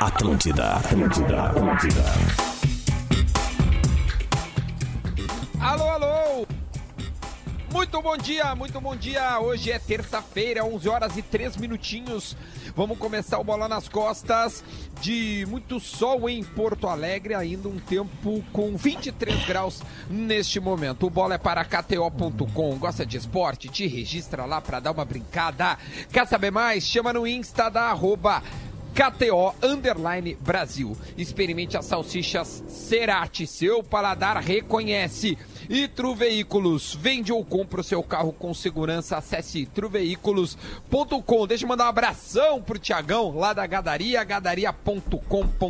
Atlântida. Alô, alô! Muito bom dia! Hoje é terça-feira, 11 horas e 3 minutinhos. Vamos começar o Bola nas Costas de muito sol em Porto Alegre, ainda um tempo com 23 graus neste momento. O Bola é para KTO.com. Gosta de esporte? Te registra lá para dar uma brincada. Quer saber mais? Chama no Insta da @KTO_Brasil. Experimente as salsichas Cerati, seu paladar reconhece. E Truveículos, vende ou compra o seu carro com segurança, acesse truveículos.com. Deixa eu mandar um abração pro Tiagão, lá da Gadaria, gadaria.com.br.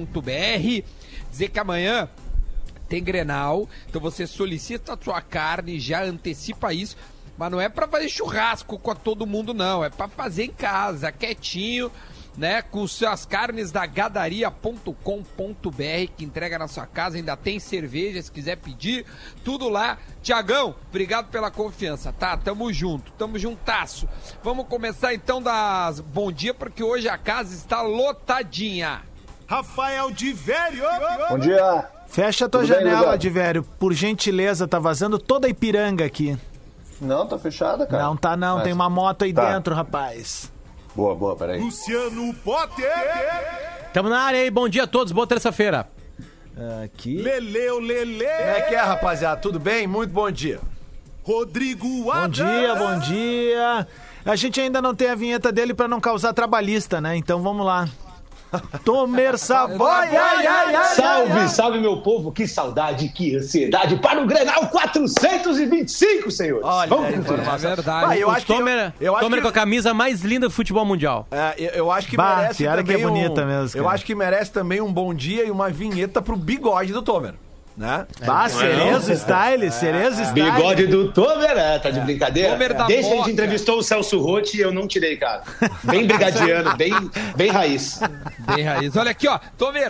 Dizer que amanhã tem Grenal, então você solicita a sua carne, já antecipa isso, mas não é pra fazer churrasco com todo mundo não, é pra fazer em casa, quietinho, né, com suas carnes da gadaria.com.br, que entrega na sua casa, ainda tem cerveja, se quiser pedir, tudo lá. Tiagão, obrigado pela confiança, tá? Tamo juntasso. Vamos começar então das bom dia, porque hoje a casa está lotadinha. Rafael de Vério! Bom dia! Fecha a tua janela, de Vério, por gentileza, tá vazando toda a Ipiranga aqui. Não, tá fechada, cara. Não tá não, tem uma moto aí dentro, rapaz. Boa, peraí. Luciano Potter! Tamo na área aí, bom dia a todos, boa terça-feira. Aqui. Leleu Lele! Como é que é, rapaziada? Tudo bem? Muito bom dia. Rodrigo Adams! Bom dia. A gente ainda não tem a vinheta dele pra não causar trabalhista, né? Então vamos lá. Tomer Savoy! Salve, meu povo! Que saudade, que ansiedade para o Grenal 425, senhores! Olha, vamos com tudo. É verdade. Eu acho que Tomer com a camisa mais linda do futebol mundial. eu acho que merece também que é bonita mesmo, eu cara. acho que merece também um bom dia e uma vinheta pro bigode do Tomer, né? Cerezo Style. Bigode do Tomer, tá de brincadeira? Tomer da Desde que a Moca. gente entrevistou o Celso Rotti, eu não tirei, cara. Bem brigadiano, bem raiz. Bem raiz. Olha aqui, ó, Tomer,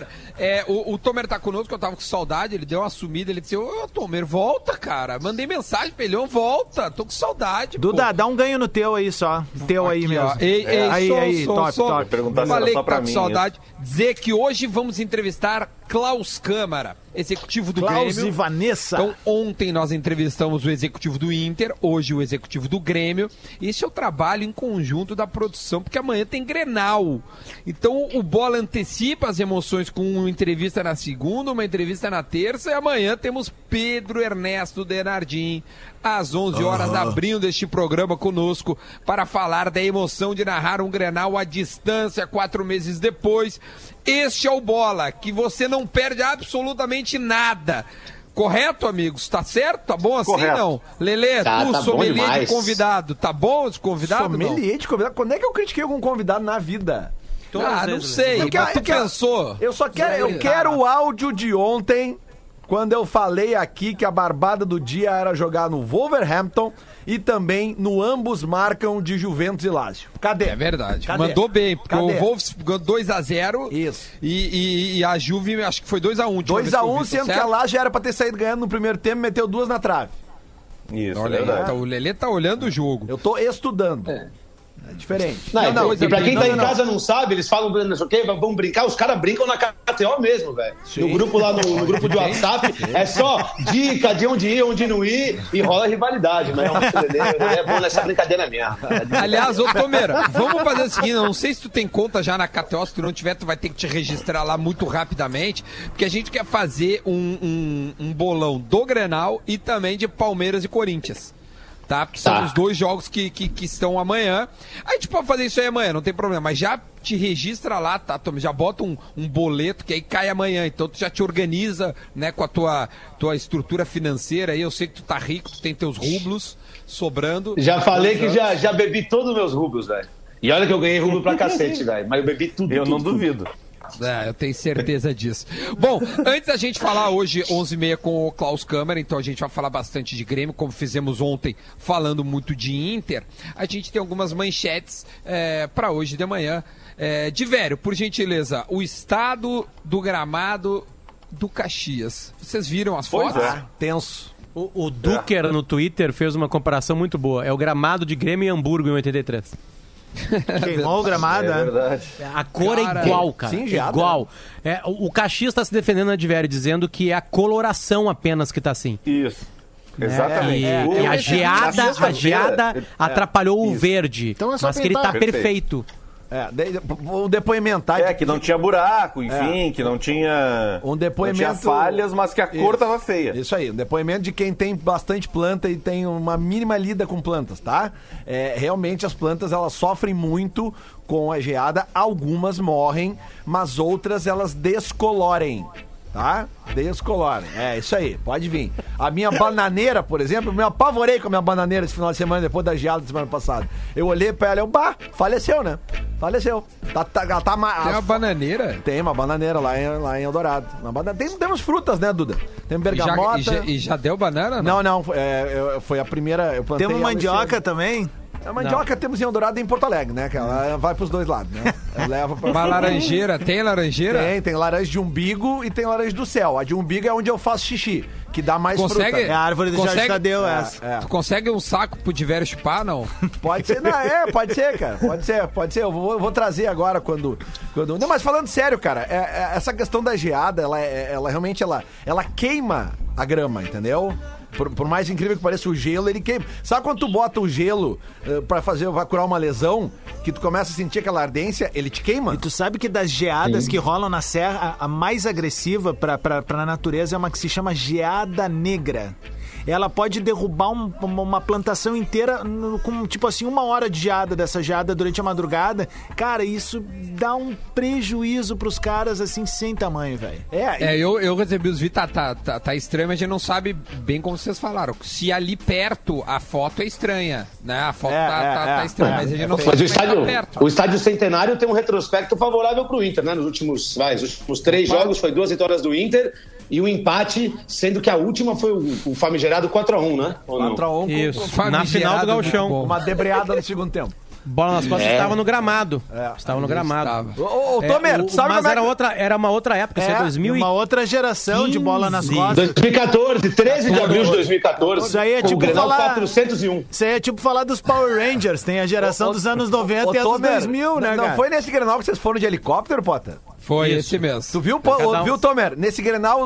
o Tomer tá conosco, eu tava com saudade, ele deu uma sumida, ele disse, ô Tomer, volta, cara. Mandei mensagem pra ele, volta, tô com saudade, Duda, dá um ganho no teu aí só. Teu aqui, aí mesmo. Ó. Ei, top. Perguntar se Falei era só que pra tá com mim, saudade. Dizer que hoje vamos entrevistar Klaus Câmara, executivo do Klaus Grêmio. e Vanessa. Então, ontem nós entrevistamos o executivo do Inter, hoje o executivo do Grêmio. Esse é o trabalho em conjunto da produção, porque amanhã tem Grenal. Então, o Bola antecipa as emoções com uma entrevista na segunda, uma entrevista na terça, e amanhã temos Pedro Ernesto Denardim, às 11 horas, abrindo este programa conosco para falar da emoção de narrar um Grenal à distância, 4 meses depois. Este é o Bola, que você não perde absolutamente nada. Correto, amigos? Tá certo? Tá bom assim, Correto. não? Lelê, Tá tu, bom sommelier de demais. convidado, tá bom esse convidado? Sommelier de convidado. Quando é que eu critiquei algum convidado na vida? Não sei, Eu mas tu pensou. Eu quero o áudio de ontem, quando eu falei aqui que a barbada do dia era jogar no Wolverhampton e também no ambos marcam de Juventus e Lazio. Cadê? É verdade. Cadê? Mandou bem, porque Cadê? o Wolves ganhou 2-0. Isso. E a Juve, acho que foi 2-1. 2-1, sendo que a Lazio era pra ter saído ganhando no primeiro tempo e meteu 2 na trave. Isso, Olha é aí, verdade. então, o Lelê tá olhando o jogo. Eu tô estudando. É diferente. Não, e pra quem tá em não. casa não sabe, eles falam, não sei o quê, vamos brincar, os caras brincam na KTO mesmo, velho. No grupo lá, no grupo de WhatsApp, é só dica de onde ir, onde não ir, e rola rivalidade, mas o Lelê é bom nessa brincadeira mesmo. Aliás, ô Tomeira, vamos fazer o seguinte, eu não sei se tu tem conta já na KTO, se tu não tiver, tu vai ter que te registrar lá muito rapidamente, porque a gente quer fazer um bolão do Grenal e também de Palmeiras e Corinthians. Tá? Porque são os dois jogos que estão amanhã. A gente pode fazer isso aí amanhã, não tem problema. Mas já te registra lá, tá, Tom? Já bota um boleto que aí cai amanhã. Então tu já te organiza, né, com a tua estrutura financeira aí. Eu sei que tu tá rico, tu tem teus rublos sobrando. Já falei que já bebi todos os meus rublos, velho. E olha que eu ganhei rublo pra cacete, velho. Mas eu bebi tudo. Eu não tudo. duvido. Eu tenho certeza disso. Bom, antes da gente falar hoje, 11h30, com o Klaus Câmara, então a gente vai falar bastante de Grêmio, como fizemos ontem, falando muito de Inter. A gente tem algumas manchetes para hoje de manhã. De Vério, por gentileza, o estado do gramado do Caxias. Vocês viram as fotos? Tenso. O Duker no Twitter fez uma comparação muito boa. É o gramado de Grêmio e Hamburgo em 83. Queimou o gramado, É verdade. A cor Cara, é igual, cara. sim, É geada, igual. O Caxias está se defendendo na Advério, dizendo que é a coloração apenas que tá assim. Isso. Exatamente. E a geada atrapalhou o verde. Então é só mas que ele tá pintar. perfeito. Um depoimento, tá? Que não tinha buraco, enfim, que não tinha... Um depoimento... Não tinha falhas, mas que a cor tava feia. Isso aí, um depoimento de quem tem bastante planta e tem uma mínima lida com plantas, tá? Realmente as plantas, elas sofrem muito com a geada, algumas morrem, mas outras elas descolorem, tá? Descolorem, isso aí, pode vir. A minha bananeira, por exemplo, eu me apavorei com a minha bananeira esse final de semana, depois da geada da semana passada. Eu olhei pra ela e faleceu, né? Faleceu. Tem uma bananeira? Tem uma bananeira lá em Eldorado. Temos frutas, né, Duda? Tem bergamota. E já deu banana? Não, foi a primeira. Eu plantei. Tem uma mandioca também? A mandioca temos em Eldorado e em Porto Alegre, né? Que ela vai pros dois lados, né? Leva pra... Uma laranjeira, tem laranjeira? Tem laranja de umbigo e tem laranja do céu. A de umbigo é onde eu faço xixi, que dá mais fruta. É a árvore do Jorge Tadeu, essa. Tu consegue um saco pro Diverio chupar, não? Pode ser, pode ser, cara. Pode ser. Eu vou trazer agora quando... Não, mas falando sério, cara, essa questão da geada, ela realmente ela queima a grama, entendeu? Por mais incrível que pareça, o gelo, ele queima. Sabe quando tu bota o gelo vai curar uma lesão, que tu começa a sentir aquela ardência, ele te queima? E tu sabe que das geadas que rolam na serra, a mais agressiva pra natureza é uma que se chama geada negra. Ela pode derrubar uma plantação inteira com, tipo assim, 1 hora de geada, dessa geada durante a madrugada. Cara, isso dá um prejuízo pros caras, assim, sem tamanho, velho. Eu recebi os vídeos, tá estranho, mas a gente não sabe bem como vocês falaram. Se ali perto a foto é estranha, né? A foto tá estranha, mas a gente não sabe como perto. O estádio Centenário tem um retrospecto favorável pro Inter, né? Nos últimos 3 jogos foi 2 vitórias do Inter e o empate, sendo que a última foi o famigerado 4-1, né? 4-1. Isso, na final do Gauchão. Uma debreada no segundo tempo. Bola nas costas estava no gramado. Estava no gramado. Ô, Tomer, tu sabe mas era uma outra época, isso é 2000 uma outra geração de bola nas costas. 2014, 13 de abril de 2014. Isso aí é tipo o Grenal falar 401. Isso aí é tipo falar dos Power Rangers. Tem a geração dos anos 90 e a dos 2000, né, cara? Não foi nesse Grenal que vocês foram de helicóptero, Potter? Foi esse mesmo. Tu viu, Tomer? Nesse Grenal,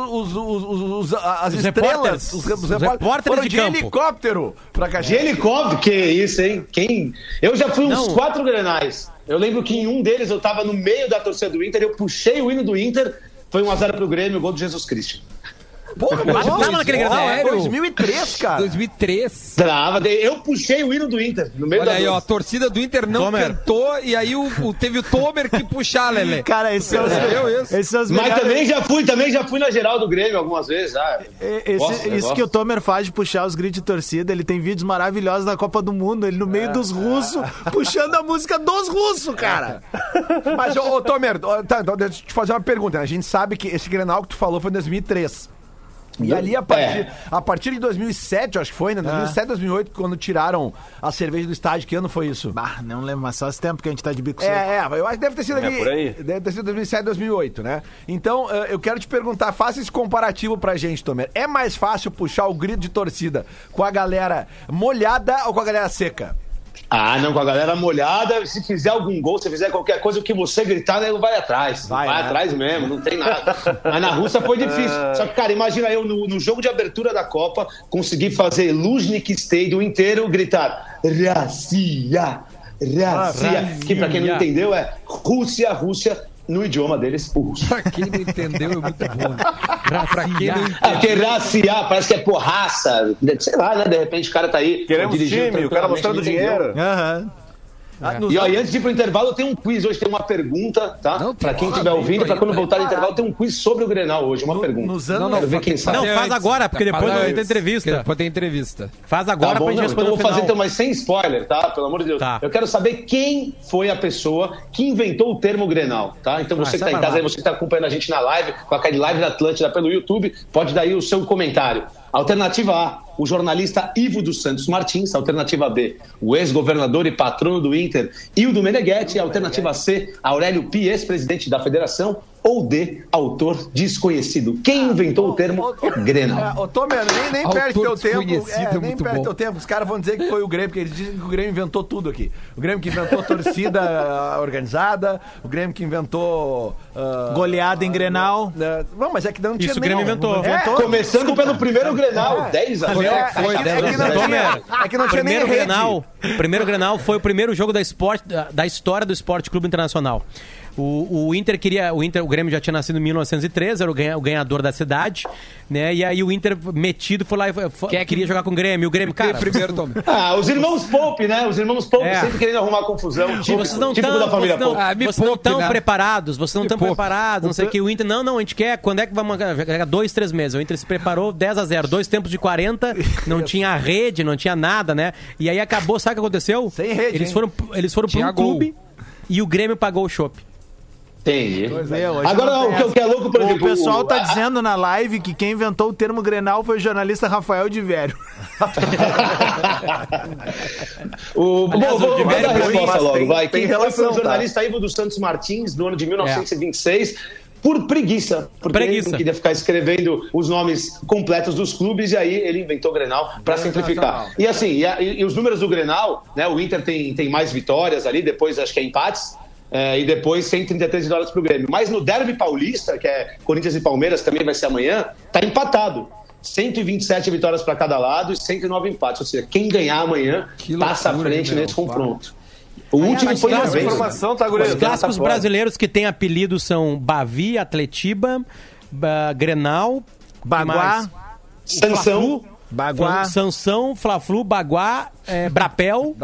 as estrelas, os repórteres foram de helicóptero pra cá. De helicóptero? Que isso, hein? Eu já fui uns 4 Grenais. Eu lembro que em um deles eu tava no meio da torcida do Inter, eu puxei o hino do Inter, foi 1-0 pro Grêmio, gol do Jesus Cristo. Porra, mas tava naquele Grenal, 2003, cara. 2003. Eu puxei o hino do Inter no meio. Olha aí, ó, a torcida do Inter não cantou e aí teve o Tomer que puxar, Lelê. Cara, esses são os Mas também já fui na geral do Grêmio algumas vezes. Isso que o Tomer faz de puxar os gritos de torcida, ele tem vídeos maravilhosos da Copa do Mundo, ele no meio dos russos, puxando a música dos russos, cara. Mas, Tomer, então deixa eu te fazer uma pergunta. A gente sabe que esse Grenal que tu falou foi em 2003. E ali, a partir de 2007, acho que foi, né? 2007, 2008, quando tiraram a cerveja do estádio. Que ano foi isso? Não lembro, mas só esse tempo que a gente tá de bico seco. Eu acho que deve ter sido ali. Por aí. Deve ter sido 2007, 2008, né? Então, eu quero te perguntar, faça esse comparativo pra gente, Tomer. É mais fácil puxar o grito de torcida com a galera molhada ou com a galera seca? Não, com a galera molhada, se fizer algum gol, se fizer qualquer coisa, o que você gritar, nego vai atrás. Vai atrás mesmo, não tem nada. Mas na Rússia foi difícil. Só que, cara, imagina eu no jogo de abertura da Copa, consegui fazer Luzhniki Stadium inteiro gritar Россия, que pra quem não entendeu é Rússia, no idioma deles, o russo. Pra quem não entendeu, é muito bom. Pra quem não entendeu. Porque raciar parece que é por raça. Sei lá, né? De repente o cara tá aí. Queremos time, o cara mostrando dinheiro. E aí, antes de ir pro intervalo, tem um quiz. Hoje tem uma pergunta, tá? Pra quem estiver ouvindo, pra quando voltar no intervalo, tem um quiz sobre o Grenal hoje. Uma pergunta. Quero ver quem sabe. Não, faz agora, porque depois tem entrevista. Depois tem entrevista. Faz agora pra gente responder então no vou final. fazer mas sem spoiler, tá? Pelo amor de Deus. Tá. Eu quero saber quem foi a pessoa que inventou o termo Grenal, tá? Então você que tá em casa, aí, você que tá acompanhando a gente na live, com a Live da Atlântida pelo YouTube, pode dar aí o seu comentário. Alternativa A, o jornalista Ivo dos Santos Martins. Alternativa B, o ex-governador e patrono do Inter, Ildo Meneghetti. Alternativa C, Aurélio Pie, ex-presidente da Federação. ou D, autor desconhecido? Quem inventou o termo Grenal? Ô, Tomer, nem Autor perde teu tempo. desconhecido é Nem muito perde bom. teu tempo. Os caras vão dizer que foi o Grêmio, porque eles dizem que o Grêmio inventou tudo aqui. O Grêmio que inventou torcida organizada, o Grêmio que inventou... Goleada em Grenal. Não, mas é que não tinha Isso o nem... Grêmio inventou. Começando pelo primeiro Grenal, 10 anos. É que não tinha nem rede. Primeiro Grenal foi o primeiro jogo da história do Esporte Clube Internacional. O Inter queria. O Grêmio já tinha nascido em 1913, era o ganhador da cidade, né? E aí o Inter metido foi lá e queria jogar com o Grêmio. O Grêmio, cara. Primeiro, Tom. Os irmãos Pope, né? Os irmãos Pope sempre querendo arrumar confusão. Vocês não Típico da família Pope. vocês não estão preparados, não sei o que. O Inter, não, a gente quer. Quando é que vamos jogar? 2-3 meses. O Inter se preparou 10-0, 2 tempos de 40, não tinha rede, não tinha nada, né? E aí acabou, sabe o que aconteceu? Sem rede, eles foram Tinha pro clube e o Grêmio pagou o chopp. Entendi. Hoje Agora, não tem o que é louco, por exemplo... O pessoal tá dizendo na live que quem inventou o termo Grenal foi o jornalista Rafael de Vério. Vou dar a resposta logo, vai. Tem Quem relação, foi o jornalista Ivo dos Santos Martins, no ano de 1926... Por preguiça, porque ele não queria ficar escrevendo os nomes completos dos clubes, e aí ele inventou o Grenal para simplificar. E assim, e os números do Grenal, né? O Inter tem mais vitórias ali, depois acho que é empates, e depois 133 vitórias pro Grêmio. Mas no Derby Paulista, que é Corinthians e Palmeiras, também vai ser amanhã, tá empatado. 127 vitórias para cada lado e 109 empates. Ou seja, quem ganhar amanhã passa à frente nesse confronto. O último foi uma vez. Os clássicos brasileiros que têm apelido são Bavi, Atletiba, Grenal, Baguá, Sansão, Baguá, Sansão, Fla-Flu, Baguá, Brapel,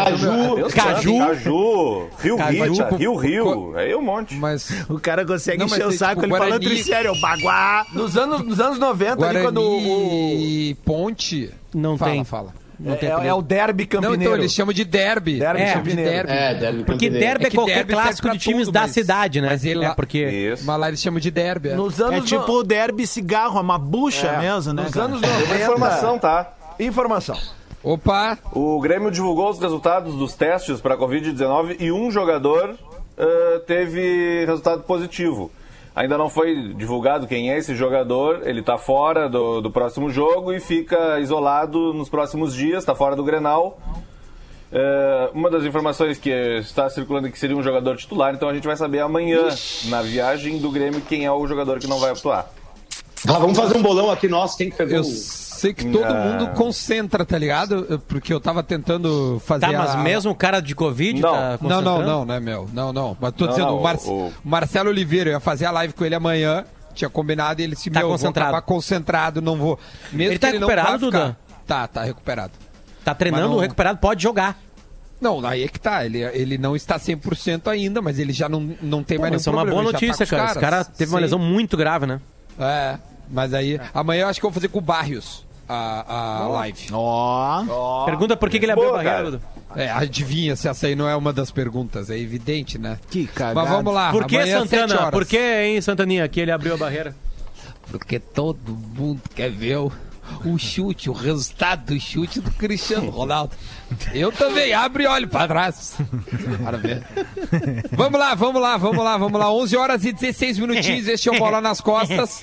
Caju, Rio, aí um monte. Mas o cara consegue Não, mas encher o tem, saco, tipo, ele falando Guarani- sério, o Baguá. Nos anos 90, ali Guarani quando e Ponte... Não tem. Fala. é o derby Não, campineiro. então eles chamam de derby. Derby Chamam de campineiro. derby. Porque derby é que qualquer derby serve clássico pra de times tudo, da mas- cidade, né? mas ele lá- porque Isso. Mas lá eles chamam de derby. Nos É anos tipo o derby cigarro, é uma bucha mesmo, né, Nos cara? anos Tem 90... uma informação, tá? Informação. Opa! O Grêmio divulgou os resultados dos testes para a Covid-19 e um jogador teve resultado positivo. Ainda não foi divulgado quem é esse jogador, ele está fora do próximo jogo e fica isolado nos próximos dias, está fora do Grenal. Uma das informações que está circulando é que seria um jogador titular, então a gente vai saber amanhã, na viagem do Grêmio, quem é o jogador que não vai atuar. Vamos fazer um bolão aqui, nós, quem que pegou Eu sei que todo mundo concentra, tá ligado? Porque eu tava tentando fazer Tá, mas mesmo o cara de Covid Não. tá Não, concentrando? né, meu? Não. Mas tô Não, dizendo, não, o Marcelo Oliveira, eu ia fazer a live com ele amanhã, tinha combinado e ele se Tá vou concentrado. acabar concentrado, não vou. Mesmo Ele tá que ele não recuperado, vá Duda? ficar. Tá recuperado. Tá treinando, Mas não- recuperado, pode jogar. Não, aí é que tá. Ele não está 100% ainda, mas ele já não tem mais nenhum Isso é uma problema. boa ele já tá notícia, com os cara. Esse cara teve uma Sim. lesão muito grave, né? Mas aí, amanhã eu acho que eu vou fazer com o Barrios a live. Ó, Pergunta por que ele abriu a Boa, barreira, cara. Duda. Adivinha se essa aí não é uma das perguntas, é evidente, né? que cagada. Mas vamos lá. Por que, amanhã, 7 Santana? horas. Por que, hein, Santaninha, que ele abriu a barreira? Porque todo mundo quer ver o chute, o resultado do chute do Cristiano Ronaldo. Eu também abro e olho pra trás. Para ver. Vamos lá. 11 horas e 16 minutinhos. Este é o Bola nas Costas.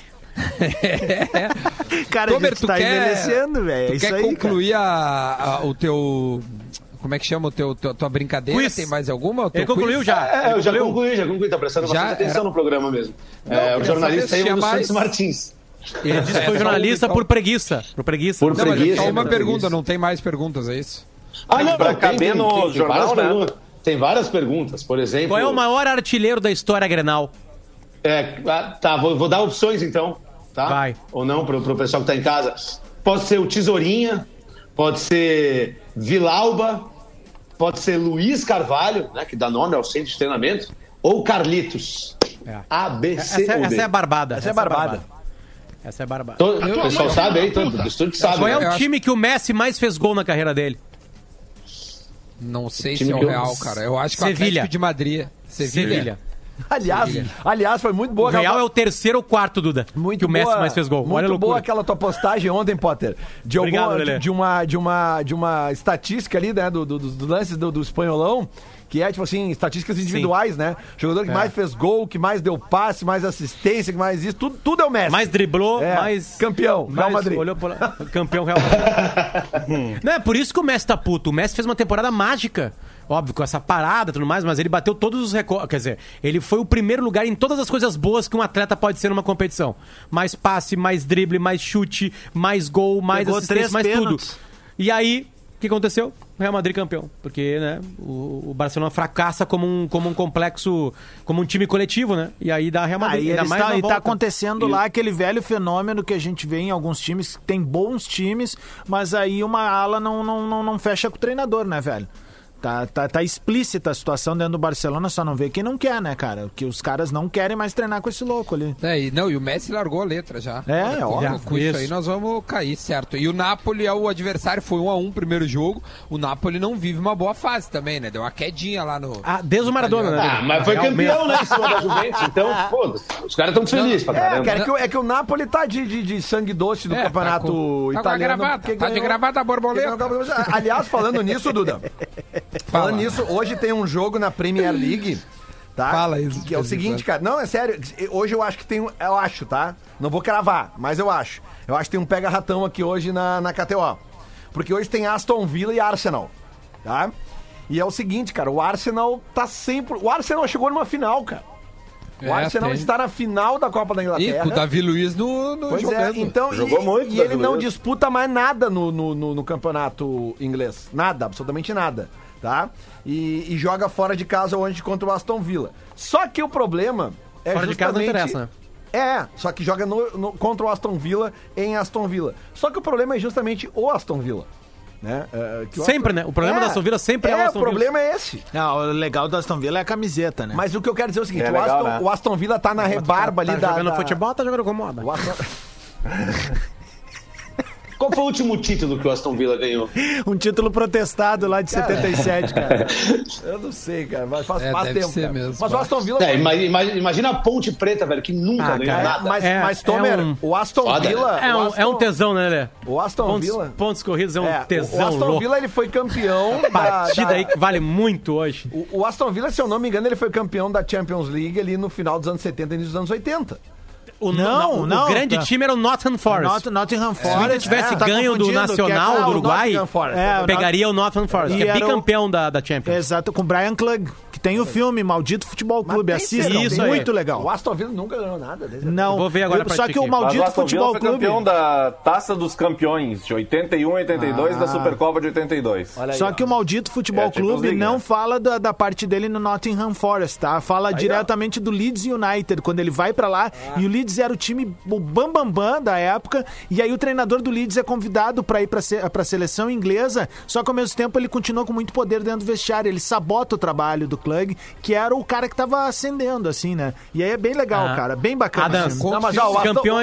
Cara, Tomer, a gente tá envelhecendo, velho. É Tu isso quer aí, concluir o teu... Como é que chama tua brincadeira? Quiz. Tem mais alguma? O teu Ele concluiu quiz? já. eu já concluí, tá prestando Já bastante atenção era- no programa mesmo. o queria jornalista saber se Ivo dos tinha Santos mais. Martins. Ele disse que foi só jornalista um- por preguiça. Por preguiça. Por Não, mas é preguiça, só uma por pergunta, preguiça. não tem mais perguntas, é isso? Pra caber no jornal, várias né? perguntas. Tem várias perguntas, por exemplo... Qual é o maior artilheiro da história Grenal? Vou dar opções então, tá? Vai. Ou não, pro pessoal que tá em casa. Pode ser o Tesourinha, pode ser Vilauba, pode ser Luiz Carvalho, né, que dá nome ao centro de treinamento, ou Carlitos. A, B, C ou D. Essa é barbada. Essa é barbada. Essa é barbada. O pessoal sabe aí, todo o estúdio sabe. Qual é né? o time que o Messi mais fez gol na carreira dele? Não sei Time se é o que eu- Real, cara. Eu acho que o Sevilha. Atlético de Madrid. Sevilha. Aliás, foi muito O boa. Real é o terceiro ou quarto, Duda, Muito que o Messi boa, mais fez gol. Olha a Muito loucura. boa aquela tua postagem ontem, Potter. De, Obrigado, alguma, Lelê. de uma estatística ali, né? Do lance do espanholão. que é, tipo assim, estatísticas individuais, né? Jogador que mais fez gol, que mais deu passe, mais assistência, que mais isso, tudo é o Messi. Mais driblou, mais... Campeão, Real Madrid. Olhou campeão Real Madrid. Não, é por isso que o Messi tá puto. O Messi fez uma temporada mágica. Óbvio, com essa parada e tudo mais, mas ele bateu todos os recordes. Quer dizer, ele foi o primeiro lugar em todas as coisas boas que um atleta pode ser numa competição. Mais passe, mais drible, mais chute, mais gol, mais Pegou assistência, 3 mais pênaltis. tudo. E aí, o que aconteceu? O Real Madrid campeão. Porque, né, o Barcelona fracassa como um complexo, como um time coletivo, né? E aí dá Real Madrid. Aí ainda mais tá acontecendo lá aquele velho fenômeno que a gente vê em alguns times, que tem bons times, mas aí uma ala não fecha com o treinador, né, velho? Tá explícita a situação dentro do Barcelona, só não vê quem não quer, né, cara? Que os caras não querem mais treinar com esse louco ali. E o Messi largou a letra já. Óbvio. Com isso aí nós vamos cair, certo? E o Napoli é o adversário, foi 1-1 primeiro jogo. O Napoli não vive uma boa fase também, né? Deu uma quedinha lá no... desde o Maradona, né? Mas foi campeão, né, em cima da Juventus. Então, foda-se. Os caras estão felizes pra caramba. Cara, é que o Napoli tá de sangue doce do campeonato italiano. Tá de gravata a borboleta. Aliás, falando nisso, Duda... Falando nisso, hoje tem um jogo na Premier League, tá? Fala isso. Que é o seguinte, cara. Não, é sério. Hoje eu acho que tem eu acho, tá? Não vou cravar, mas eu acho. Eu acho que tem um pega-ratão aqui hoje na KTO. Porque hoje tem Aston Villa e Arsenal, tá? E é o seguinte, cara. O Arsenal tá sempre... O Arsenal chegou numa final, cara. O Arsenal está na final da Copa da Inglaterra. E com o Davi Luiz no pois jogando. Então, Jogou muito, e ele Davi não Luiz. disputa mais nada no campeonato inglês. Nada, absolutamente nada. Tá? E joga fora de casa hoje contra o Aston Villa. Só que o problema é Fora de casa não interessa, né? Só que joga contra o Aston Villa em Aston Villa. Só que o problema é justamente o Aston Villa. Né? Sempre, né? O problema da Aston Villa sempre é o Aston Villa. O problema é esse. Não, o legal do Aston Villa é a camiseta, né? Mas o que eu quero dizer é o seguinte: legal, né? o Aston Villa tá na rebarba ali Tá jogando futebol, tá jogando com moda. O Aston... Qual foi o último título que o Aston Villa ganhou? Um título protestado lá de 77, cara. Eu não sei, cara, mas faz deve tempo. ser Cara. mesmo. Mas o Aston Villa. Imagina a Ponte Preta, velho, que nunca ganhou nada. Mas Tomer, o Aston Foda, Villa. É um tesão, né, Lelê? O Aston Villa. Pontos corridos é um tesão o Aston louco. Villa ele foi campeão Partida aí que vale muito hoje. O Aston Villa, se eu não me engano, ele foi campeão da Champions League ali no final dos anos 70 e início dos anos 80. O grande time era o Nottingham Forest. Nottingham Se Forest. ele tivesse ganho do Nacional do Uruguai, pegaria o Nottingham Forest, que é bicampeão da Champions. Exato, com o Brian Clough, que tem o filme Maldito Futebol Clube. Assista, isso aí. muito legal. O Aston Villa nunca ganhou nada. Não, vou ver agora só que o Maldito Futebol foi Clube... campeão da Taça dos Campeões de 81 e 82 da Supercopa de 82. Só que o Maldito Futebol É, Champions Clube League, não né? fala da parte dele no Nottingham Forest, tá? Fala diretamente do Leeds United, quando ele vai pra lá, e o Leeds era o time o bambambam da época, e aí o treinador do Leeds é convidado pra ir pra seleção inglesa, só que ao mesmo tempo ele continua com muito poder dentro do vestiário, ele sabota o trabalho do Clough, que era o cara que tava ascendendo, assim, né? E aí é bem legal, cara, bem bacana. Adams, Não, mas já,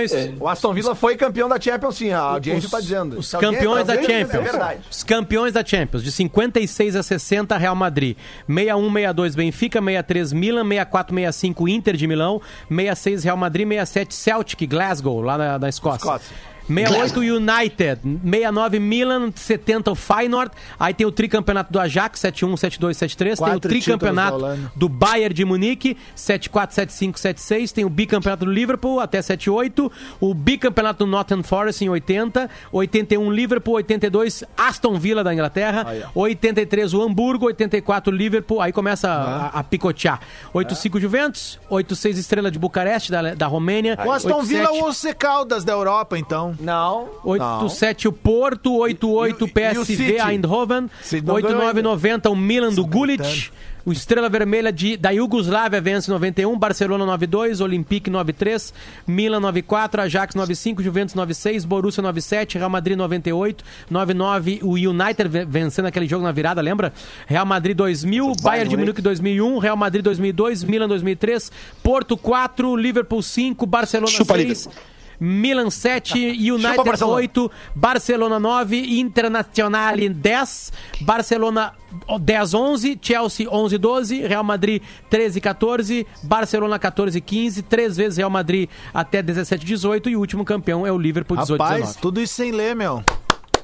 o Aston Villa foi campeão da Champions, sim, a audiência tá dizendo. Os campeões da Champions. É verdade. Os campeões da Champions, de 56 a 60, Real Madrid. 61, 62, Benfica. 63, Milan. 64, 65, Inter de Milão. 66, Real Madrid. 67, Celtic, Glasgow, lá na Escócia. 68 United, 69 Milan, 70 o Feyenoord, aí tem o tricampeonato do Ajax, 71, 72, 73, tem o tricampeonato do Bayern de Munique, 74, 75, 76, tem o bicampeonato do Liverpool até 78, o bicampeonato do Nottingham Forest em 80, 81 Liverpool, 82 Aston Villa da Inglaterra, 83 o Hamburgo, 84 Liverpool, aí começa a picotear. 85 Juventus, 86 Estrela de Bucareste da Romênia. O Aston 87, Villa é o Once Caldas da Europa, então. Não. 87 o Porto, 88 o PSV Eindhoven, 89 90 o Milan do Gullit, o Estrela Vermelha da Iugoslávia vence 91, Barcelona 92, Olympique 93, Milan 94, Ajax 95, Juventus 96, Borussia 97, Real Madrid 98, 99 o United vencendo aquele jogo na virada, lembra? Real Madrid 2000, Bayern de Munique 2001, Real Madrid 2002, Milan 2003, Porto 4, Liverpool 5, Barcelona 6, Milan 7, United 8, Barcelona 9, Internazionale 10, Barcelona 10, 11, Chelsea 11, 12, Real Madrid 13, 14, Barcelona 14, 15, 3 vezes Real Madrid até 17, 18 e o último campeão é o Liverpool 18, Rapaz, 19. tudo isso sem ler, meu.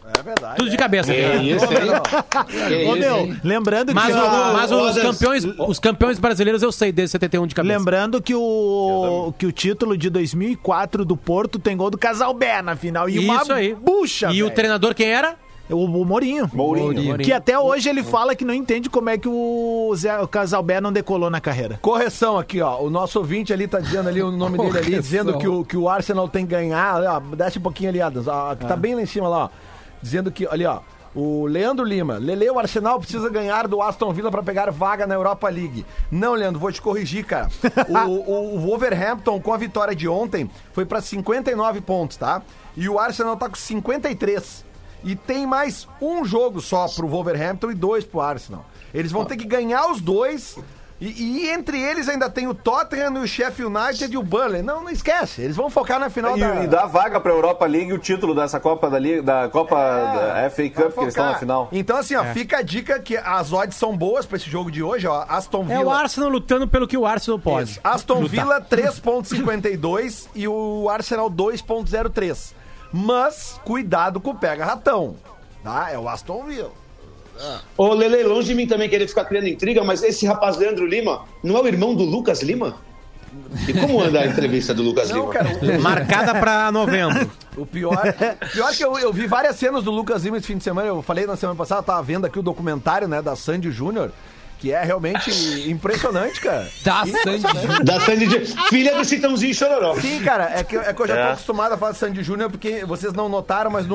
É verdade. Tudo de cabeça. Isso aí. Ô, meu, lembrando Mas, que... mas os campeões brasileiros eu sei desde 71 de cabeça. Lembrando que o título de 2004 do Porto tem gol do Casalbé na final. E uma Isso aí. bucha, E o velho. treinador quem era? O Mourinho. Mourinho. Que até hoje ele fala que não entende como é que o Casalbé não decolou na carreira. Correção aqui, ó. O nosso ouvinte ali tá dizendo ali o nome dele ali, dizendo que o Arsenal tem que ganhar. Ó, desce um pouquinho ali, Adams. Ó, que tá bem lá em cima lá, ó. Dizendo que, ali, ó. O Leandro Lima. Lele, o Arsenal precisa ganhar do Aston Villa pra pegar vaga na Europa League. Não, Leandro, vou te corrigir, cara. O Wolverhampton, com a vitória de ontem, foi pra 59 pontos, tá? E o Arsenal tá com 53. E tem mais um jogo só pro Wolverhampton e 2 pro Arsenal. Eles vão ter que ganhar os 2. E entre eles ainda tem o Tottenham, o Sheffield United e o Burnley. Não esquece. Eles vão focar na final E dá vaga pra Europa League o título dessa Copa da Copa da FA Cup, que eles estão na final. Então, assim, ó, fica a dica que as odds são boas pra esse jogo de hoje, ó. Aston Villa. É o Arsenal lutando pelo que o Arsenal pode. Isso. Aston Villa 3,52 e o Arsenal 2,03. Mas, cuidado com o pega-ratão, tá? É o Aston Villa. Ô, Lele, longe de mim também querer ficar criando intriga, mas esse rapaz Leandro Lima não é o irmão do Lucas Lima? E como anda a entrevista do Lucas Lima? Cara, Marcada pra novembro. o pior que eu vi várias cenas do Lucas Lima esse fim de semana. Eu falei na semana passada, eu tava vendo aqui o documentário, né, da Sandy Júnior, que é realmente impressionante, cara. Da Sandy Júnior. Da Sandy filha do Chitãozinho Chororó. Sim, cara, é que eu já tô acostumado a falar de Sandy Júnior, porque vocês não notaram, mas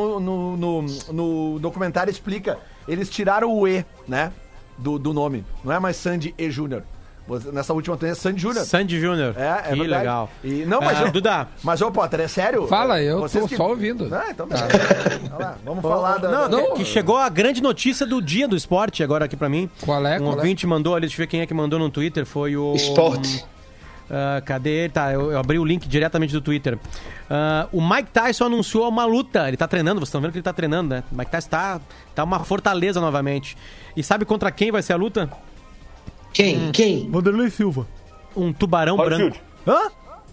no documentário explica. Eles tiraram o E, né, do nome. Não é mais Sandy e Júnior. Nessa última turnê é Sandy Júnior. Sandy Júnior. É que verdade. legal. E, não, mas Duda. Mas, ô, Potter, é sério? Fala, eu Vocês tô só ouvindo. Ah, então beleza. Vamos lá, vamos falar da... Que chegou a grande notícia do dia do esporte agora aqui pra mim. Qual é? Um Qual é? ouvinte mandou ali, deixa eu ver quem é que mandou no Twitter, foi o... Esporte. Cadê ele? Tá, eu abri o link diretamente do Twitter. O Mike Tyson anunciou uma luta. Ele tá treinando, vocês estão vendo que ele tá treinando, né? O Mike Tyson tá uma fortaleza novamente. E sabe contra quem vai ser a luta? Quem? Vanderlei Silva. Um tubarão branco. Hã?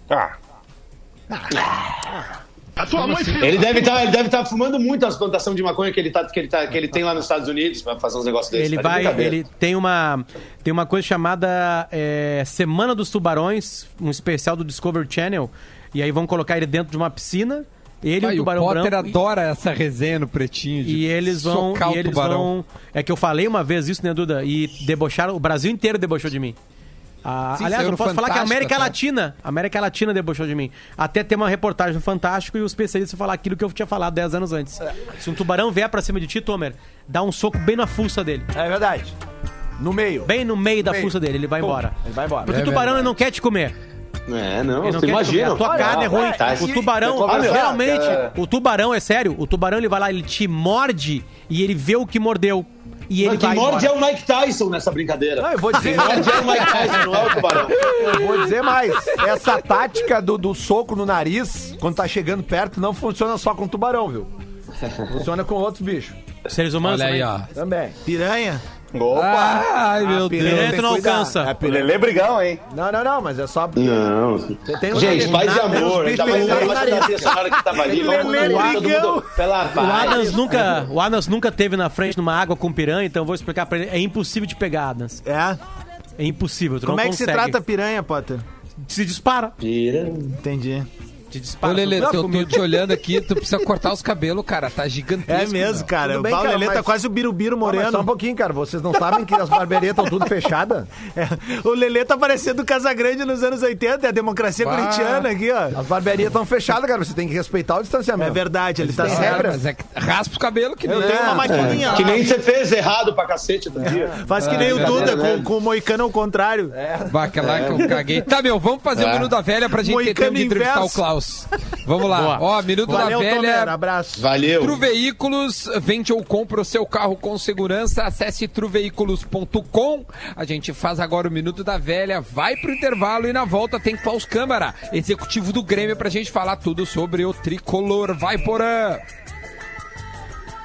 Ele deve estar fumando muito as plantações de maconha que ele tem lá nos Estados Unidos pra fazer uns negócios desses. Ele tem uma coisa chamada Semana dos Tubarões, um especial do Discovery Channel. E aí vão colocar ele dentro de uma piscina. Ele e o tubarão o Potter branco. adora essa resenha no Pretinho. E eles vão. Socar o tubarão. É que eu falei uma vez isso, né, Duda? E debocharam. O Brasil inteiro debochou de mim. Sim, Aliás, eu posso falar que a América Fantástico, Latina debochou de mim. Até ter uma reportagem no Fantástico e o especialista falar aquilo que eu tinha falado 10 anos antes. Se um tubarão vier pra cima de ti, Tomer, dá um soco bem na fuça dele. É verdade. No meio. Bem no meio da fuça dele, ele vai embora. Ele vai embora. Porque o tubarão ele não quer te comer. Não, Ele não você quer te comer. imagina. A tua carne é ruim. O tubarão, geralmente, o tubarão, é sério, o tubarão ele vai lá, ele te morde e ele vê o que mordeu. E ele Quem vai morde embora. é o Mike Tyson nessa brincadeira. Não, eu vou dizer Quem morde é o Mike Tyson, não é o tubarão. Eu vou dizer mais. Essa tática do soco no nariz, quando tá chegando perto, não funciona só com tubarão, viu? Funciona com outros bichos. Seres humanos Olha aí, também. ó. Também. Piranha. Opa! Ai, meu piranha Deus. tem Tu não que cuidar. alcança. É Lelê brigão, hein? Não, mas é só... Não. Tem Gente, paz e tem uns amor. bichos Ainda mais pegados no a nariz. trilha sonora que tava ali. Vamos todo mundo pela paz. O Adams nunca teve na frente numa água com piranha, então eu vou explicar pra ele. É impossível de pegar, Adams. É. É impossível, tu Como não é que se consegue. trata piranha, Potter? Se dispara. Entendi. Te Ô, dispara. Lelê, Não, eu tô comigo. te olhando aqui, tu precisa cortar os cabelos, cara. Tá gigantesco. É mesmo, meu. cara. Tudo O bem, Paulo cara, Lelê tá mas- quase o Birubiru Mas só um Moreno. pouquinho, cara. Vocês não sabem que as barberias estão tudo fechadas? É, o Lelê tá parecendo o Casagrande nos anos 80, é a democracia Bah. corintiana aqui, ó. As barberias estão fechadas, cara. Você tem que respeitar o distanciamento. É verdade, ele tá Tem certo. regra. Mas é que raspa os cabelos que nem... Eu tenho uma maquininha Que lá. nem você fez errado pra cacete outro dia. Faz que nem o Duda, né? com o Moicano ao contrário. Bah, aquela que eu caguei. Tá, meu, vamos fazer o Minuto da Velha pra gente ter Moicano tempo de entrevistar inverso. o Klaus. Vamos lá. Boa. Ó, Minuto Valeu, da Tomer, Velha. abraço. Valeu. Truveículos, vende ou compra o seu carro com segurança, acesse truveículos.com. A gente faz agora o Minuto da Velha, vai pro intervalo e na volta tem Klaus Câmara, executivo do Grêmio, pra gente falar tudo sobre o tricolor. Vai, Porã!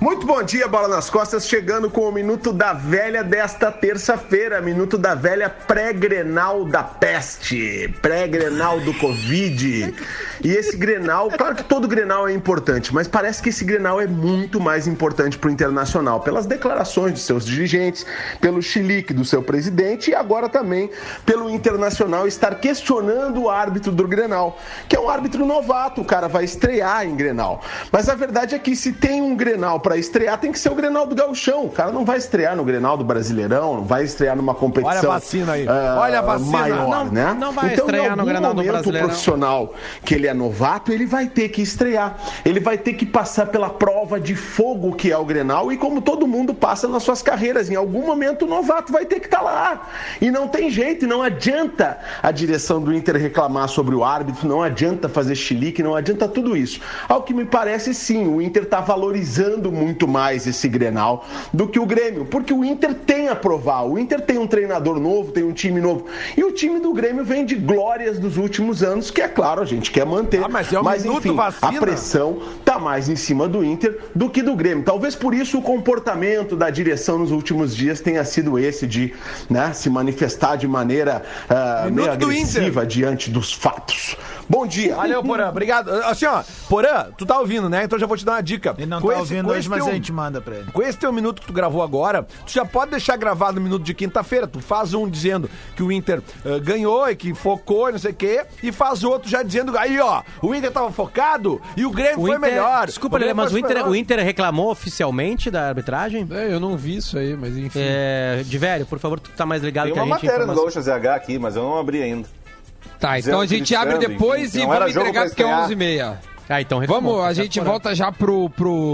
Muito bom dia, Bola nas Costas, chegando com o Minuto da Velha desta terça-feira, Minuto da Velha pré-Grenal da peste, pré-Grenal do Covid. E esse Grenal, claro que todo Grenal é importante, mas parece que esse Grenal é muito mais importante para o Internacional, pelas declarações de seus dirigentes, pelo chilique do seu presidente e agora também pelo Internacional estar questionando o árbitro do Grenal, que é um árbitro novato, o cara vai estrear em Grenal. Mas a verdade é que se tem um Grenal para estrear, tem que ser o Grenal do Gauchão. O cara não vai estrear no Grenal do Brasileirão, não vai estrear numa competição. Olha a vacina aí. Olha a vacina. Maior, né? Não vai então, estrear no Grenal do Brasileirão. O profissional que ele é novato, ele vai ter que estrear. Ele vai ter que passar pela prova de fogo que é o Grenal e como todo mundo passa nas suas carreiras, em algum momento o novato vai ter que estar lá. E não tem jeito, não adianta a direção do Inter reclamar sobre o árbitro, não adianta fazer chilique, não adianta tudo isso. Ao que me parece, sim, o Inter está valorizando muito mais esse Grenal do que o Grêmio, porque o Inter tem a provar, o Inter tem um treinador novo, tem um time novo, e o time do Grêmio vem de glórias dos últimos anos, que é claro, a gente quer manter, mas enfim, a pressão tá mais em cima do Inter do que do Grêmio, talvez por isso o comportamento da direção nos últimos dias tenha sido esse de, né, se manifestar de maneira meio agressiva diante dos fatos. Bom dia. Valeu, Porã, obrigado. Assim, ó, Porã, tu tá ouvindo, né? Então já vou te dar uma dica. Ele não tá ouvindo hoje, mas a gente manda pra ele. Com esse teu minuto que tu gravou agora, tu já pode deixar gravado no minuto de quinta-feira. Tu faz um dizendo que o Inter ganhou e que focou e não sei o quê, e faz outro já dizendo, aí ó, o Inter tava focado e o Grêmio foi melhor. Desculpa, Lelê, mas o Inter reclamou oficialmente da arbitragem? Eu não vi isso aí, mas enfim. De velho, por favor, tu tá mais ligado Tem que a gente. uma matéria no Gaúcha ZH aqui, mas eu não abri ainda. Tá, então a gente abre depois, enfim, e vamos entregar porque é 11h30. Ah, então vamos, a gente volta já pro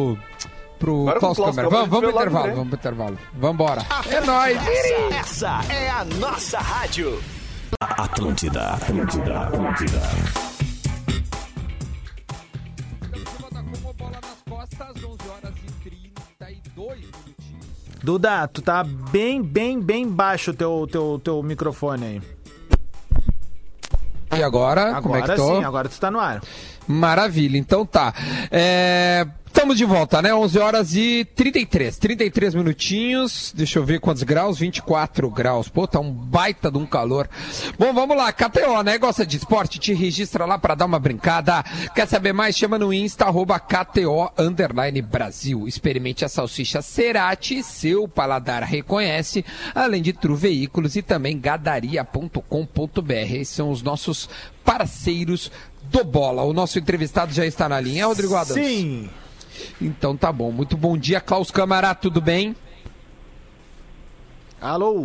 Klaus Câmara. Vamos pro intervalo. Vamos embora. É nóis. Essa é a nossa rádio. Atlântida. Duda, tu tá bem baixo o teu microfone aí. E agora? Como é que tô? Sim, agora tu tá no ar. Maravilha, então tá. Estamos de volta, né? 11h33 minutinhos. Deixa eu ver quantos graus. 24 graus. Pô, tá um baita de um calor. Bom, vamos lá. KTO, né? Gosta de esporte? Te registra lá pra dar uma brincada. Quer saber mais? Chama no Insta, @KTO_Brasil. Experimente a salsicha Cerati, seu paladar reconhece, além de Tru Veículos e também gadaria.com.br. Esses são os nossos parceiros do Bola. O nosso entrevistado já está na linha, Rodrigo Adams? Sim. Então tá bom. Muito bom dia, Klaus Câmara, tudo bem? Alô?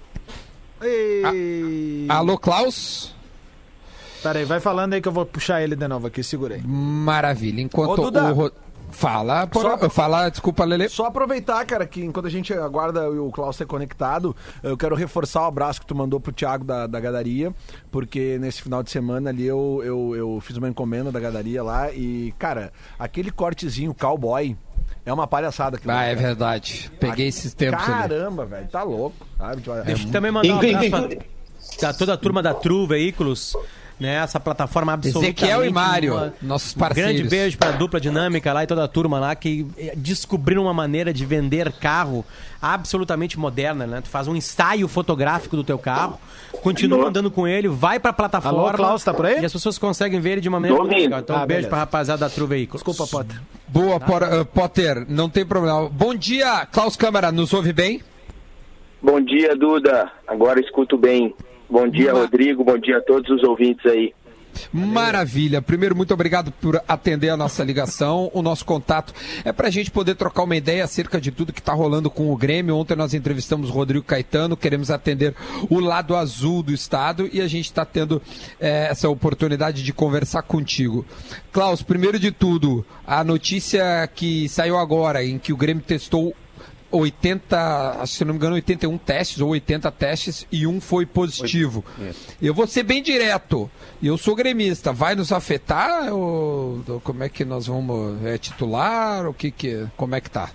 Alô, Klaus? Peraí, vai falando aí que eu vou puxar ele de novo aqui, segura aí. Maravilha. Enquanto Fala, desculpa, Lelê. Só aproveitar, cara, que enquanto a gente aguarda o Klaus ser conectado, eu quero reforçar o abraço que tu mandou pro Thiago da Gadaria, porque nesse final de semana ali eu fiz uma encomenda da Gadaria lá e, cara, aquele cortezinho cowboy é uma palhaçada. É verdade. Peguei esses tempos ali. Caramba, velho, tá louco. Sabe? Deixa eu também mandar um abraço pra toda a turma da Tru Veículos, né, essa plataforma absolutamente... Ezequiel e Mário, nossos parceiros. Grande beijo pra dupla dinâmica lá e toda a turma lá que descobriram uma maneira de vender carro absolutamente moderna, né? Tu faz um ensaio fotográfico do teu carro, continua andando com ele, vai pra plataforma... Alô, Klaus, tá por aí? E as pessoas conseguem ver ele de uma maneira muito legal. Então, um beijo pra rapaziada da Tru Veículos. Desculpa, Potter. Boa, Potter, não tem problema. Bom dia, Klaus Câmara, nos ouve bem? Bom dia, Duda. Agora escuto bem. Bom dia, Rodrigo. Bom dia a todos os ouvintes aí. Maravilha. Primeiro, muito obrigado por atender a nossa ligação. O nosso contato é para a gente poder trocar uma ideia acerca de tudo que está rolando com o Grêmio. Ontem nós entrevistamos o Rodrigo Caetano, queremos atender o lado azul do estado e a gente está tendo essa oportunidade de conversar contigo. Klaus, primeiro de tudo, a notícia que saiu agora, em que o Grêmio testou 80, se não me engano, 81 testes ou 80 testes e um foi positivo. Eu vou ser bem direto. Eu sou gremista. Vai nos afetar? Ou como é que nós vamos titular? Como é que tá?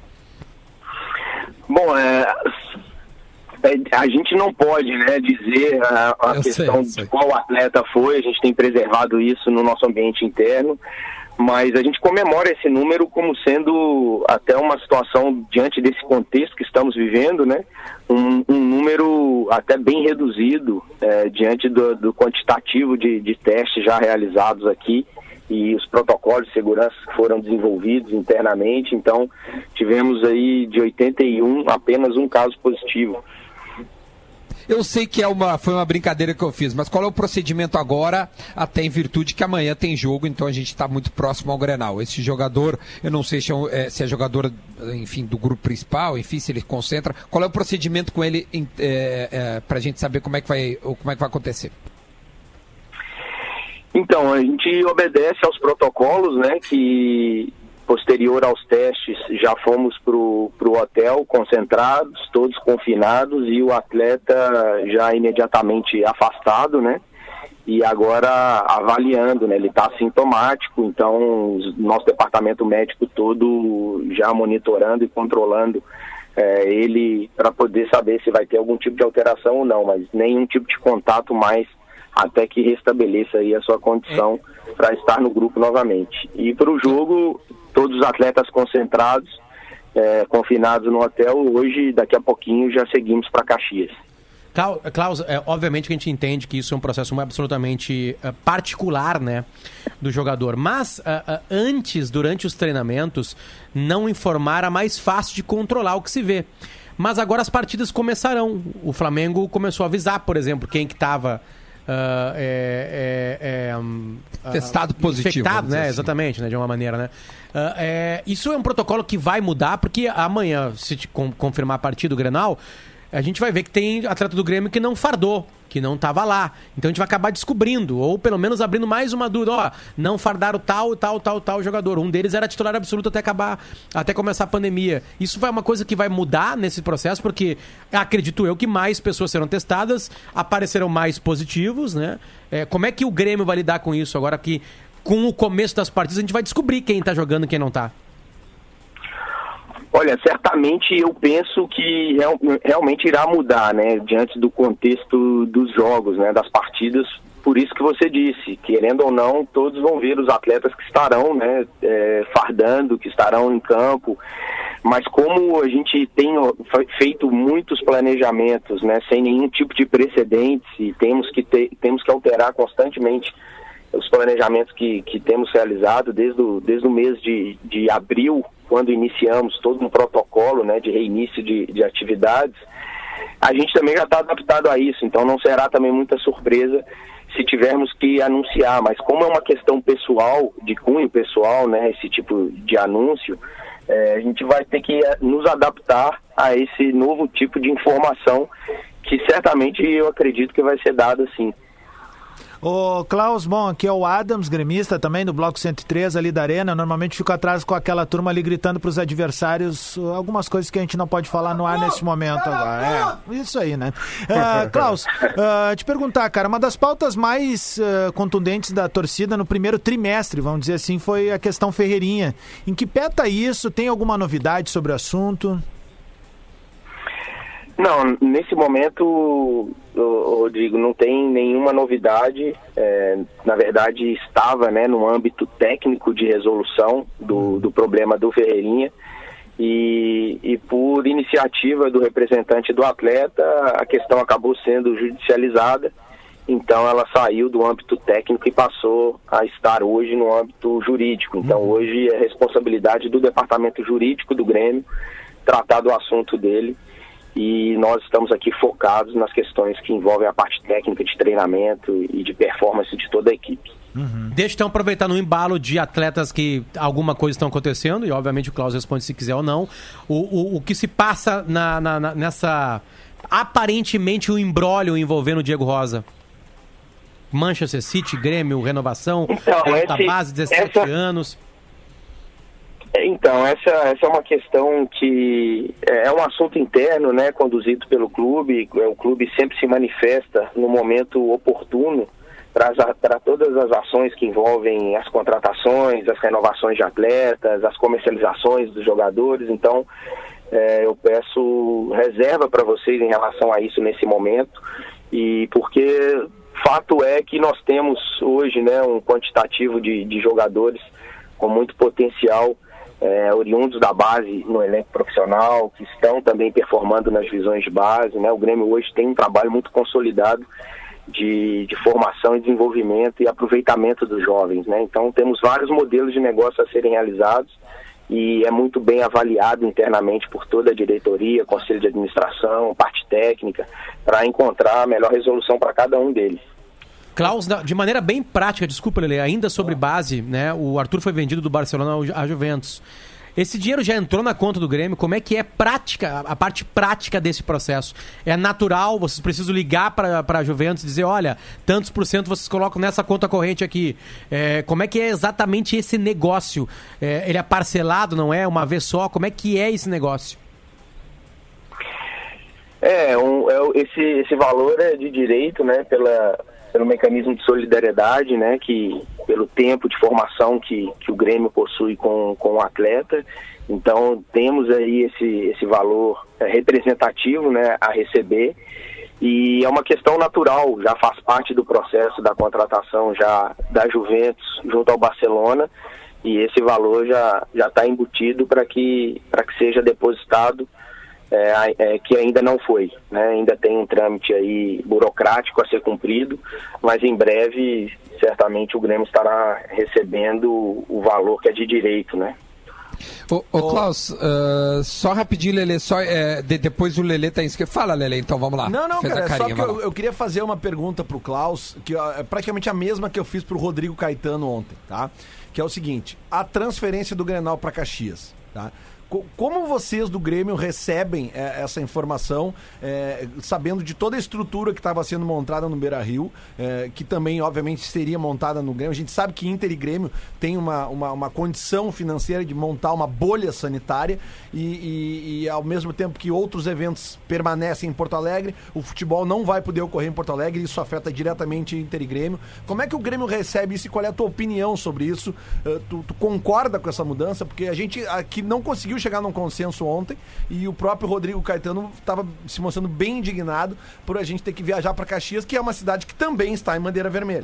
Bom, a gente não pode, né, dizer a questão de qual atleta foi. A gente tem preservado isso no nosso ambiente interno. Mas a gente comemora esse número como sendo até uma situação, diante desse contexto que estamos vivendo, né? Um número até bem reduzido diante do quantitativo de testes já realizados aqui e os protocolos de segurança que foram desenvolvidos internamente. Então, tivemos aí de 81 apenas um caso positivo. Eu sei que foi uma brincadeira que eu fiz, mas qual é o procedimento agora, até em virtude que amanhã tem jogo, então a gente está muito próximo ao Grenal. Esse jogador, eu não sei se é jogador, enfim, do grupo principal, enfim, se ele concentra. Qual é o procedimento com ele para a gente saber como é que vai acontecer? Então, a gente obedece aos protocolos, né, que posterior aos testes já fomos para o hotel concentrados, todos confinados e o atleta já imediatamente afastado, né, e agora avaliando, né, ele está assintomático, então nosso departamento médico todo já monitorando e controlando ele para poder saber se vai ter algum tipo de alteração ou não, mas nenhum tipo de contato mais até que restabeleça aí a sua condição para estar no grupo novamente. E para o jogo, todos os atletas concentrados, confinados no hotel, hoje, daqui a pouquinho, já seguimos para Caxias. Klaus, obviamente que a gente entende que isso é um processo absolutamente particular, né, do jogador, mas antes, durante os treinamentos, não informar era mais fácil de controlar o que se vê. Mas agora as partidas começarão. O Flamengo começou a avisar, por exemplo, quem que estava testado positivo, infectado, né? Assim. Exatamente, né? De uma maneira, né? Isso é um protocolo que vai mudar, porque amanhã, se confirmar a partida do Grenal, a gente vai ver que tem atleta do Grêmio que não fardou, que não estava lá. Então a gente vai acabar descobrindo, ou pelo menos abrindo mais uma dúvida. Não fardaram tal jogador. Um deles era titular absoluto até começar a pandemia. Isso vai uma coisa que vai mudar nesse processo, porque acredito eu que mais pessoas serão testadas, aparecerão mais positivos, né? Como é que o Grêmio vai lidar com isso agora que, com o começo das partidas, a gente vai descobrir quem está jogando e quem não está? Olha, certamente eu penso que realmente irá mudar, né, diante do contexto dos jogos, né, das partidas. Por isso que você disse, querendo ou não, todos vão ver os atletas que estarão, né, fardando, que estarão em campo. Mas como a gente tem feito muitos planejamentos, né, sem nenhum tipo de precedentes, e temos que alterar constantemente os planejamentos que temos realizado desde o mês de abril, quando iniciamos todo um protocolo, né, de reinício de atividades, a gente também já está adaptado a isso, então não será também muita surpresa se tivermos que anunciar, mas como é uma questão pessoal, de cunho pessoal, né, esse tipo de anúncio, a gente vai ter que nos adaptar a esse novo tipo de informação que certamente eu acredito que vai ser dado sim. Ô, Klaus, bom, aqui é o Adams, gremista também, do Bloco 103 ali da Arena. Normalmente fico atrás com aquela turma ali gritando pros adversários algumas coisas que a gente não pode falar no ar nesse momento agora. Isso aí, né? Klaus, te perguntar, cara, uma das pautas mais contundentes da torcida no primeiro trimestre, vamos dizer assim, foi a questão Ferreirinha. Em que pé tá isso? Tem alguma novidade sobre o assunto? Não, nesse momento, Rodrigo, não tem nenhuma novidade. Na verdade, estava, né, no âmbito técnico de resolução do problema do Ferreirinha e por iniciativa do representante do atleta, a questão acabou sendo judicializada. Então, ela saiu do âmbito técnico e passou a estar hoje no âmbito jurídico. Então, hoje é responsabilidade do departamento jurídico do Grêmio tratar do assunto dele. E nós estamos aqui focados nas questões que envolvem a parte técnica de treinamento e de performance de toda a equipe. Deixa então aproveitar no embalo de atletas que alguma coisa estão acontecendo, e obviamente o Klaus responde se quiser ou não, o que se passa nessa aparentemente o imbróglio envolvendo o Diego Rosa. Manchester City, Grêmio, renovação, da base, 17 anos... Então, essa é uma questão que é um assunto interno, né, conduzido pelo clube. O clube sempre se manifesta no momento oportuno para todas as ações que envolvem as contratações, as renovações de atletas, as comercializações dos jogadores. Então, eu peço reserva para vocês em relação a isso nesse momento, e porque fato é que nós temos hoje, né, um quantitativo de jogadores com muito potencial, oriundos da base no elenco profissional, que estão também performando nas divisões de base, né? O Grêmio hoje tem um trabalho muito consolidado de formação e desenvolvimento e aproveitamento dos jovens, né? Então temos vários modelos de negócio a serem realizados e é muito bem avaliado internamente por toda a diretoria, conselho de administração, parte técnica, para encontrar a melhor resolução para cada um deles. Klaus, de maneira bem prática, desculpa, Lelê, ainda sobre base, né? O Arthur foi vendido do Barcelona à Juventus. Esse dinheiro já entrou na conta do Grêmio? Como é que é a parte prática desse processo? É natural? Vocês precisam ligar para a Juventus e dizer, olha, tantos por cento vocês colocam nessa conta corrente aqui. Como é que é exatamente esse negócio? Ele é parcelado, não é? Uma vez só? Como é que é esse negócio? Esse valor é de direito, né, pelo mecanismo de solidariedade, né, que pelo tempo de formação que o Grêmio possui com o atleta. Então temos aí esse valor representativo, né, a receber, e é uma questão natural, já faz parte do processo da contratação já da Juventus junto ao Barcelona, e esse valor já está embutido para que seja depositado, que ainda não foi, né? Ainda tem um trâmite aí burocrático a ser cumprido, mas em breve certamente o Grêmio estará recebendo o valor que é de direito, né? Ô Klaus, só rapidinho, Lelê, depois o Lelê tá inscrito. Fala, Lelê, então vamos lá. Não, cara, carinha, só que eu queria fazer uma pergunta pro Klaus, que é praticamente a mesma que eu fiz pro Rodrigo Caetano ontem, tá? Que é o seguinte, a transferência do Grenal para Caxias, tá? Como vocês do Grêmio recebem essa informação, sabendo de toda a estrutura que estava sendo montada no Beira-Rio, que também, obviamente, seria montada no Grêmio? A gente sabe que Inter e Grêmio têm uma condição financeira de montar uma bolha sanitária e, ao mesmo tempo que outros eventos permanecem em Porto Alegre, o futebol não vai poder ocorrer em Porto Alegre e isso afeta diretamente Inter e Grêmio. Como é que o Grêmio recebe isso e qual é a tua opinião sobre isso? Tu concorda com essa mudança? Porque a gente aqui não conseguiu chegar num consenso ontem e o próprio Rodrigo Caetano estava se mostrando bem indignado por a gente ter que viajar para Caxias, que é uma cidade que também está em bandeira vermelha.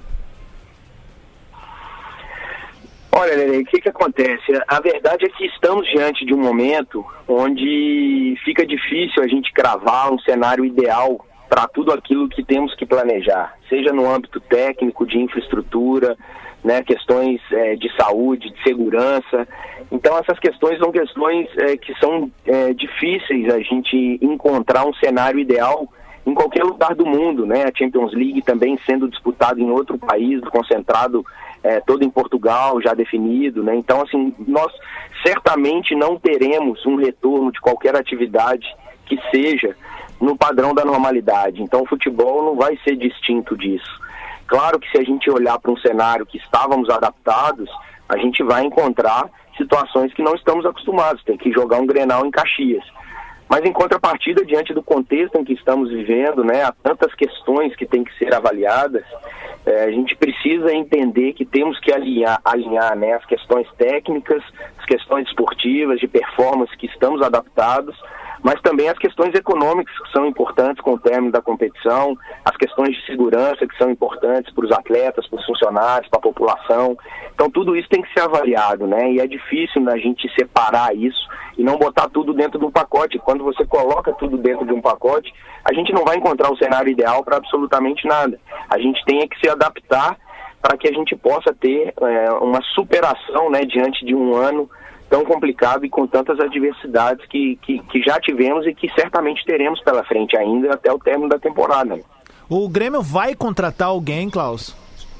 Olha, Lelê, o que acontece? A verdade é que estamos diante de um momento onde fica difícil a gente cravar um cenário ideal para tudo aquilo que temos que planejar, seja no âmbito técnico, de infraestrutura, né, questões de saúde, de segurança. Então essas questões são questões que são difíceis a gente encontrar um cenário ideal em qualquer lugar do mundo, né? A Champions League também sendo disputada em outro país, concentrado todo em Portugal, já definido, né? Então, assim, nós certamente não teremos um retorno de qualquer atividade que seja no padrão da normalidade. Então o futebol não vai ser distinto disso. Claro que se a gente olhar para um cenário que estávamos adaptados, a gente vai encontrar situações que não estamos acostumados. Tem que jogar um Grenal em Caxias. Mas em contrapartida, diante do contexto em que estamos vivendo, né, há tantas questões que têm que ser avaliadas, a gente precisa entender que temos que alinhar, né, as questões técnicas, as questões esportivas, de performance que estamos adaptados, mas também as questões econômicas que são importantes com o término da competição, as questões de segurança que são importantes para os atletas, para os funcionários, para a população. Então tudo isso tem que ser avaliado, né? E é difícil a gente separar isso e não botar tudo dentro de um pacote. Quando você coloca tudo dentro de um pacote, a gente não vai encontrar o cenário ideal para absolutamente nada. A gente tem que se adaptar para que a gente possa ter uma superação, né, diante de um ano tão complicado e com tantas adversidades que já tivemos e que certamente teremos pela frente ainda até o término da temporada. O Grêmio vai contratar alguém, Klaus?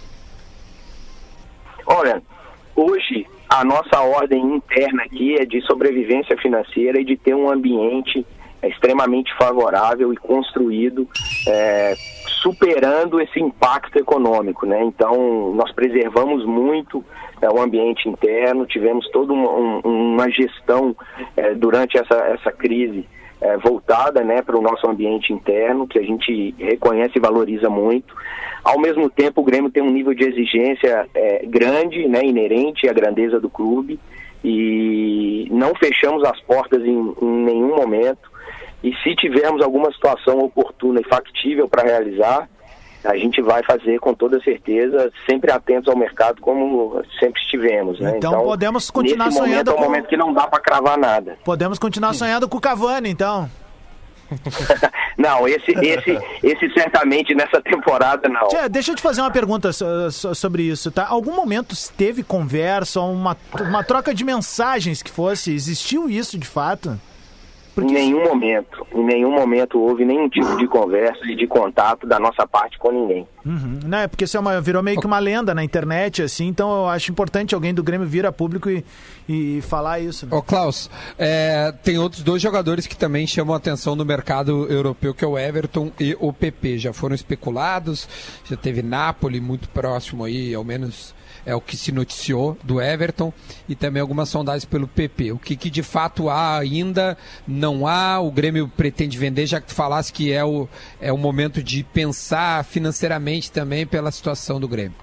Olha, hoje a nossa ordem interna aqui é de sobrevivência financeira e de ter um ambiente extremamente favorável e construído, superando esse impacto econômico, né? Então nós preservamos muito o ambiente interno, tivemos toda uma gestão durante essa crise voltada, né, para o nosso ambiente interno, que a gente reconhece e valoriza muito. Ao mesmo tempo, o Grêmio tem um nível de exigência grande, né, inerente à grandeza do clube, e não fechamos as portas em nenhum momento. E se tivermos alguma situação oportuna e factível para realizar, a gente vai fazer com toda certeza, sempre atentos ao mercado como sempre estivemos, né? Então podemos continuar nesse sonhando momento é um momento que não dá para cravar nada. Podemos continuar sonhando com o Cavani, então. Não, esse certamente nessa temporada não. Tchê, deixa eu te fazer uma pergunta sobre isso, tá? Algum momento teve conversa, uma troca de mensagens que fosse? Existiu isso de fato? Em nenhum momento houve nenhum tipo de conversa e de contato da nossa parte com ninguém. Uhum. Não, é porque isso virou meio que uma lenda na internet, assim, então eu acho importante alguém do Grêmio vir a público e falar isso. Né? Ô Klaus, tem outros 2 jogadores que também chamam a atenção no mercado europeu, que é o Everton e o PP. Já foram especulados, já teve Napoli muito próximo aí, ao menos é o que se noticiou do Everton, e também algumas sondagens pelo PP. O que de fato há ainda, não há, o Grêmio pretende vender, já que tu falasse que é o momento de pensar financeiramente também pela situação do Grêmio.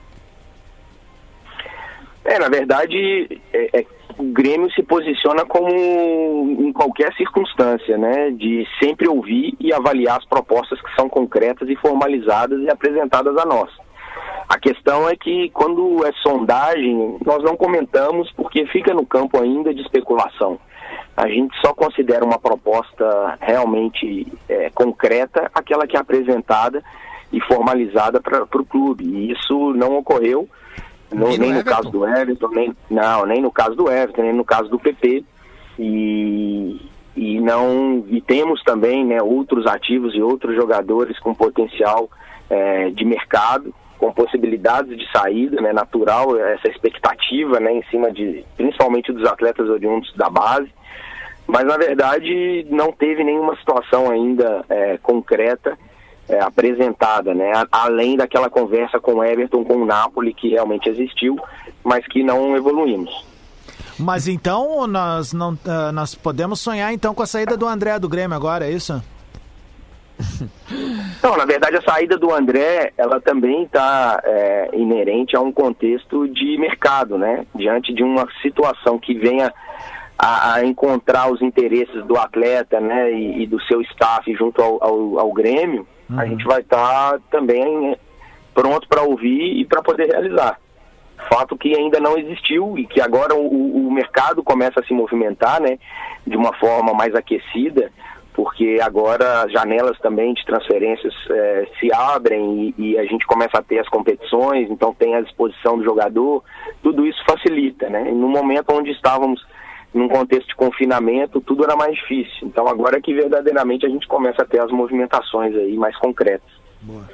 Na verdade, o Grêmio se posiciona como em qualquer circunstância, né? De sempre ouvir e avaliar as propostas que são concretas e formalizadas e apresentadas a nós. A questão é que quando é sondagem, nós não comentamos porque fica no campo ainda de especulação. A gente só considera uma proposta realmente concreta aquela que é apresentada e formalizada para o clube. E isso não ocorreu nem no caso do Everton, nem no caso do Everton, nem no caso do PP. E temos também, né, outros ativos e outros jogadores com potencial de mercado, com possibilidades de saída, né, natural, essa expectativa, né, em cima principalmente dos atletas oriundos da base, mas na verdade não teve nenhuma situação ainda concreta apresentada, né, além daquela conversa com o Everton, com o Napoli, que realmente existiu, mas que não evoluímos. Mas então nós podemos sonhar então com a saída do André do Grêmio agora, é isso? Não, na verdade a saída do André, ela também está inerente a um contexto de mercado, né? Diante de uma situação que venha a encontrar os interesses do atleta, né, e do seu staff junto ao Grêmio, a gente vai estar também pronto para ouvir e para poder realizar. Fato que ainda não existiu e que agora o mercado começa a se movimentar, né, de uma forma mais aquecida, porque agora as janelas também de transferências se abrem e a gente começa a ter as competições, então tem a disposição do jogador, tudo isso facilita, né? E no momento onde estávamos num contexto de confinamento, tudo era mais difícil. Então agora é que verdadeiramente a gente começa a ter as movimentações aí mais concretas. Boa.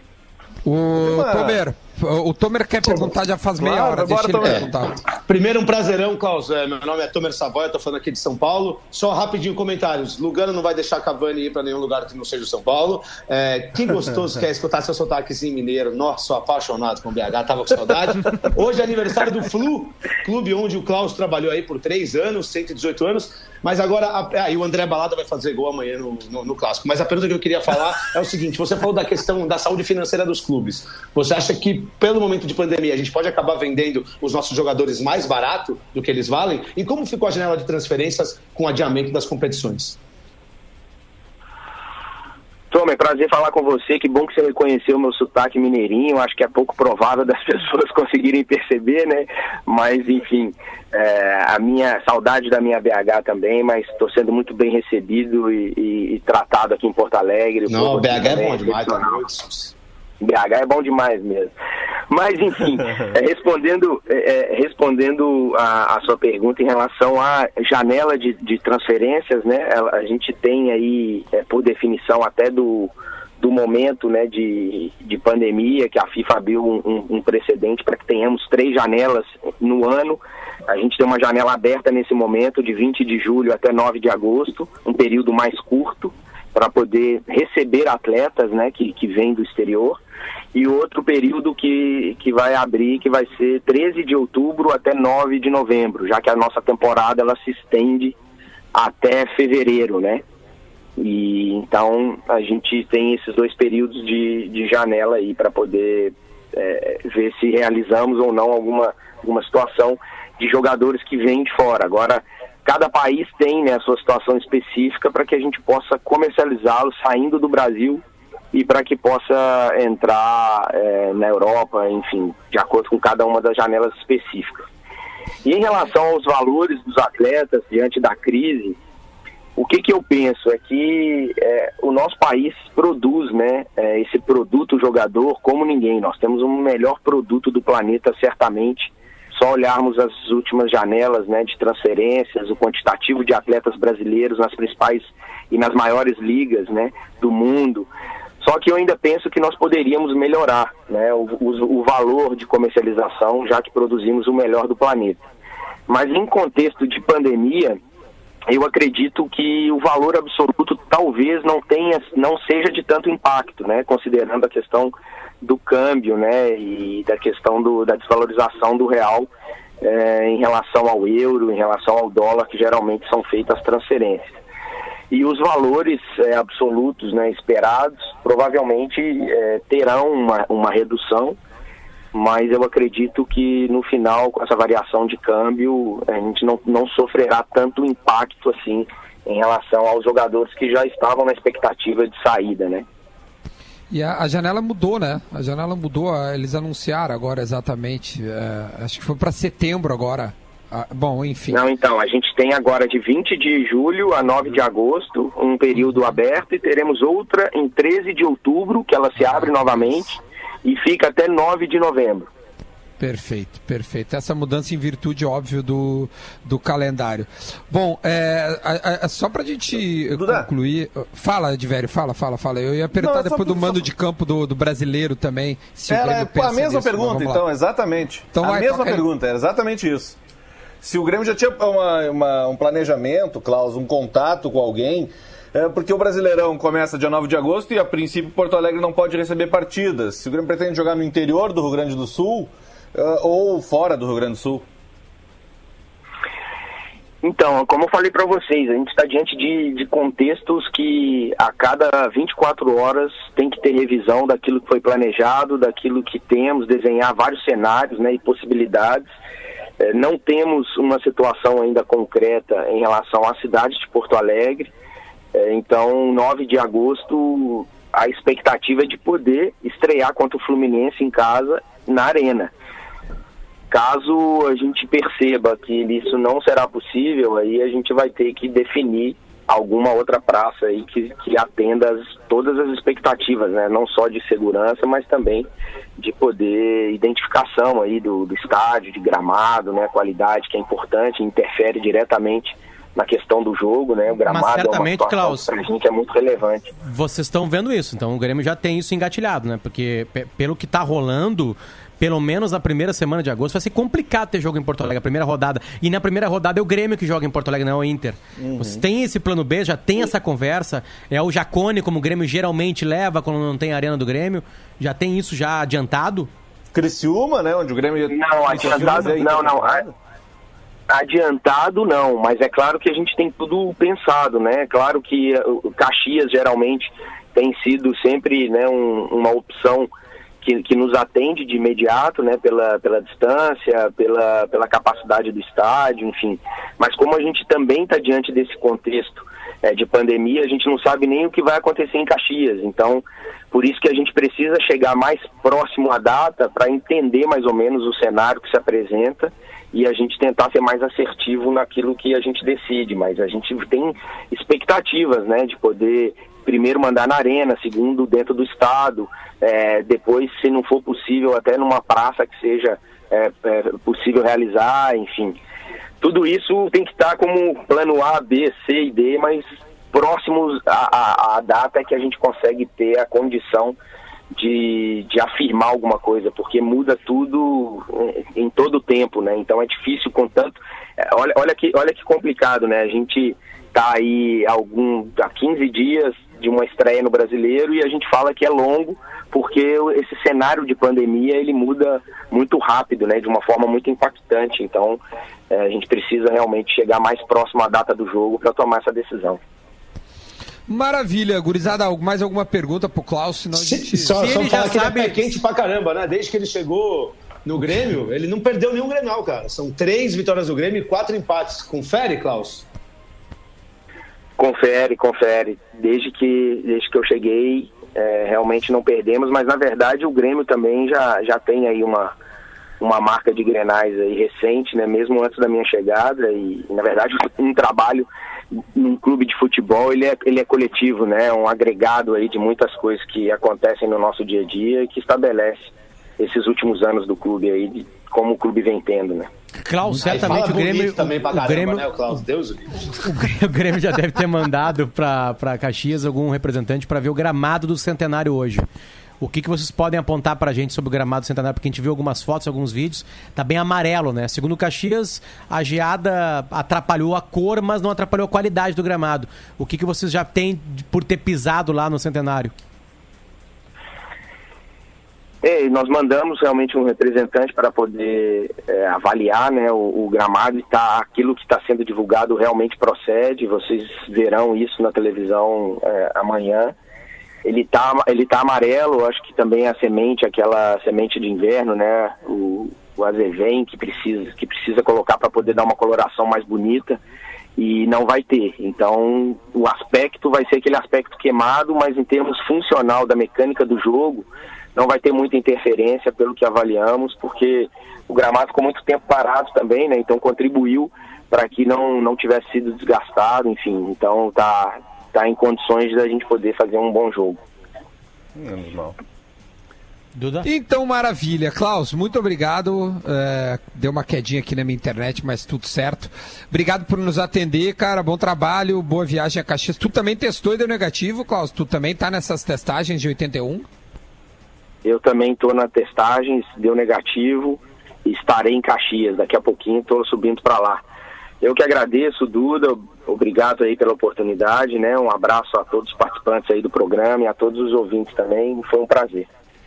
O Tomer quer perguntar já faz meia hora, deixa ele perguntar. Primeiro, um prazerão, Klaus. Meu nome é Tomer Savoia, estou falando aqui de São Paulo. Só rapidinho comentários. Lugano não vai deixar Cavani ir para nenhum lugar que não seja o São Paulo. Que gostoso quer escutar seu sotaquezinho mineiro. Nossa, sou apaixonado com o BH, tava com saudade. Hoje é aniversário do Flu, clube onde o Klaus trabalhou aí por 3 anos, 118 anos. Mas agora, e o André Balada vai fazer gol amanhã no Clássico. Mas a pergunta que eu queria falar é o seguinte: você falou da questão da saúde financeira dos clubes. Você acha que, pelo momento de pandemia, a gente pode acabar vendendo os nossos jogadores mais barato do que eles valem? E como ficou a janela de transferências com o adiamento das competições? Tom, é prazer falar com você, que bom que você reconheceu o meu sotaque mineirinho, acho que é pouco provável das pessoas conseguirem perceber, né, mas enfim, a minha saudade da minha BH também, mas estou sendo muito bem recebido e tratado aqui em Porto Alegre. Não, BH é bom demais, BH é bom demais mesmo. Mas, enfim, respondendo a sua pergunta em relação à janela de transferências, né, a gente tem aí, por definição, até do momento, né, de pandemia, que a FIFA abriu um precedente para que tenhamos 3 janelas no ano. A gente tem uma janela aberta nesse momento, de 20 de julho até 9 de agosto, um período mais curto, para poder receber atletas, né, que vêm do exterior. E outro período que vai abrir, que vai ser 13 de outubro até 9 de novembro, já que a nossa temporada ela se estende até fevereiro, né? E então a gente tem esses 2 períodos de janela aí para poder ver se realizamos ou não alguma situação de jogadores que vêm de fora. Agora, cada país tem, né, a sua situação específica para que a gente possa comercializá-los saindo do Brasil e para que possa entrar na Europa, enfim, de acordo com cada uma das janelas específicas. E em relação aos valores dos atletas diante da crise, o que eu penso é que o nosso país produz, né, esse produto jogador como ninguém. Nós temos o melhor produto do planeta, certamente. Só olharmos as últimas janelas, né, de transferências, o quantitativo de atletas brasileiros nas principais e nas maiores ligas, né, do mundo. Só que eu ainda penso que nós poderíamos melhorar, né, o valor de comercialização, já que produzimos o melhor do planeta. Mas em contexto de pandemia, eu acredito que o valor absoluto talvez não seja de tanto impacto, né, considerando a questão do câmbio, né, e da questão da desvalorização do real em relação ao euro, em relação ao dólar, que geralmente são feitas as transferências. E os valores absolutos, né, esperados provavelmente terão uma redução, mas eu acredito que no final, com essa variação de câmbio, a gente não sofrerá tanto impacto assim em relação aos jogadores que já estavam na expectativa de saída, né? E a janela mudou, né? A janela mudou, eles anunciaram agora exatamente, acho que foi para setembro agora. Bom, enfim. Não, então, a gente tem agora de 20 de julho a 9 de agosto, um período aberto, e teremos outra em 13 de outubro, que ela se abre novamente, e fica até 9 de novembro. Perfeito, perfeito. Essa mudança em virtude, óbvio, do calendário. Bom, só pra gente concluir... Fala, Diverio, fala. Eu ia perguntar depois do mando de campo do brasileiro também. Se era a mesma pergunta, então, exatamente. Então, a mesma pergunta, era exatamente isso. Se o Grêmio já tinha um planejamento, Klaus, um contato com alguém, porque o Brasileirão começa dia 9 de agosto e, a princípio, Porto Alegre não pode receber partidas. Se o Grêmio pretende jogar no interior do Rio Grande do Sul ou fora do Rio Grande do Sul? Então, como eu falei para vocês, a gente está diante de contextos que a cada 24 horas tem que ter revisão daquilo que foi planejado, daquilo que temos, desenhar vários cenários, né, e possibilidades. Não temos uma situação ainda concreta em relação à cidade de Porto Alegre. Então, 9 de agosto, a expectativa é de poder estrear contra o Fluminense em casa, na Arena. Caso a gente perceba que isso não será possível, aí a gente vai ter que definir alguma outra praça aí que atenda todas as expectativas, né? Não só de segurança, mas também de poder identificação aí do estádio, de gramado, né? Qualidade, que é importante, interfere diretamente na questão do jogo, né? O gramado, mas certamente, é uma Klaus, pra gente é muito relevante. Vocês estão vendo isso, então o Grêmio já tem isso engatilhado, né? Porque pelo que tá rolando, pelo menos na primeira semana de agosto, vai ser complicado ter jogo em Porto Alegre, a primeira rodada. E na primeira rodada é o Grêmio que joga em Porto Alegre, não é o Inter. Vocês têm esse plano B, já tem essa conversa? É o Jacone, como o Grêmio geralmente leva quando não tem a arena do Grêmio? Já tem isso já adiantado? Criciúma, né? Onde o Grêmio... Não, adiantado não. Adiantado não, mas é claro que a gente tem tudo pensado, né? É claro que o Caxias geralmente tem sido sempre, né, uma opção que nos atende de imediato, né, pela distância, pela capacidade do estádio, enfim. Mas como a gente também está diante desse contexto de pandemia, a gente não sabe nem o que vai acontecer em Caxias. Então, por isso que a gente precisa chegar mais próximo à data para entender mais ou menos o cenário que se apresenta e a gente tentar ser mais assertivo naquilo que a gente decide. Mas a gente tem expectativas, né, de poder primeiro mandar na arena, segundo dentro do estado, depois, se não for possível, até numa praça que seja possível realizar, enfim. Tudo isso tem que estar como plano A, B, C e D, mas próximos à data que a gente consegue ter a condição de afirmar alguma coisa, porque muda tudo em todo o tempo, né? Então é difícil com tanto... Olha que complicado, né? A gente está aí há 15 dias de uma estreia no Brasileiro e a gente fala que é longo, porque esse cenário de pandemia ele muda muito rápido, né? De uma forma muito impactante. Então a gente precisa realmente chegar mais próximo à data do jogo para tomar essa decisão. Maravilha, gurizada, mais alguma pergunta pro Klaus? Senão a gente... Só falar que ele é pé quente pra caramba, né? Desde que ele chegou no Grêmio, ele não perdeu nenhum Grenal, cara. São 3 vitórias do Grêmio e 4 empates. Confere, Klaus? Confere. Desde que eu cheguei, realmente não perdemos, mas na verdade o Grêmio também já tem aí uma marca de Grenais aí recente, né, mesmo antes da minha chegada, e na verdade um trabalho num clube de futebol, ele é coletivo, né, um agregado aí de muitas coisas que acontecem no nosso dia a dia e que estabelece esses últimos anos do clube aí, de como o clube vem tendo, né. Klaus, certamente o Grêmio também pra caramba, o Grêmio, né, o Klaus, Deus o Grêmio já deve ter mandado para Caxias algum representante para ver o gramado do Centenário hoje. O que vocês podem apontar pra gente sobre o gramado do Centenário? Porque a gente viu algumas fotos, alguns vídeos, tá bem amarelo, né? Segundo o Caxias, a geada atrapalhou a cor, mas não atrapalhou a qualidade do gramado. O que vocês já têm por ter pisado lá no Centenário? Nós mandamos realmente um representante para poder avaliar, né, o gramado, e aquilo que está sendo divulgado realmente procede. Vocês verão isso na televisão amanhã. Ele tá amarelo, acho que também a semente, aquela semente de inverno, né, o azevém que precisa colocar para poder dar uma coloração mais bonita, e não vai ter. Então o aspecto vai ser aquele aspecto queimado, mas em termos funcional da mecânica do jogo, não vai ter muita interferência pelo que avaliamos, porque o gramado ficou muito tempo parado também, né, então contribuiu para que não tivesse sido desgastado, enfim, então tá em condições da gente poder fazer um bom jogo. Menos mal. Duda? Então, maravilha. Klaus, muito obrigado. Deu uma quedinha aqui na minha internet, mas tudo certo. Obrigado por nos atender, cara. Bom trabalho, boa viagem a Caxias. Tu também testou e deu negativo, Klaus? Tu também tá nessas testagens de 81? Eu também tô na testagem, deu negativo. Estarei em Caxias. Daqui a pouquinho tô subindo para lá. Eu que agradeço, Duda, obrigado aí pela oportunidade, né? Um abraço a todos os participantes aí do programa e a todos os ouvintes também, foi um prazer.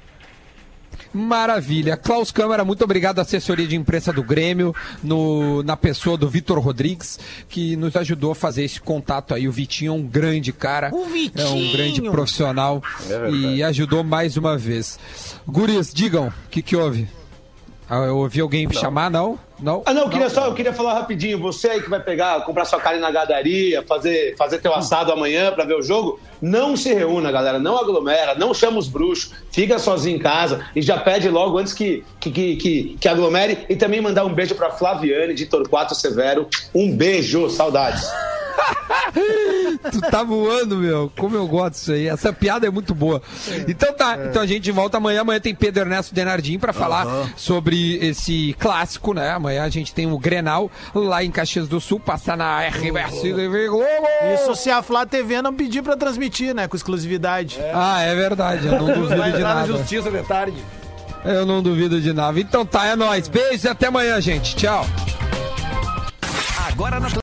Maravilha. Klaus Câmara, muito obrigado à assessoria de imprensa do Grêmio, na pessoa do Vitor Rodrigues, que nos ajudou a fazer esse contato aí. O Vitinho é um grande cara, é um grande profissional e ajudou mais uma vez. Guris, digam, o que houve? Eu ouvi alguém chamar, não? Não? Eu queria falar rapidinho. Você aí que vai comprar sua carne na gadaria, fazer teu assado amanhã pra ver o jogo, não se reúna, galera, não aglomera, não chama os bruxos, fica sozinho em casa e já pede logo antes que aglomere. E também mandar um beijo pra Flaviane de Torquato Severo. Um beijo, saudades. Tu tá voando, meu. Como eu gosto disso aí. Essa piada é muito boa. Então tá. Então a gente volta amanhã. Amanhã tem Pedro Ernesto Denardim pra falar sobre esse clássico, né? Amanhã a gente tem o Grenal lá em Caxias do Sul. Passar na RBS TV Globo. Isso se a Flá TV não pedir pra transmitir, né? Com exclusividade. É verdade. Eu não duvido de nada. Na justiça de tarde. Eu não duvido de nada. Então tá, é nóis. Beijos e até amanhã, gente. Tchau. Agora na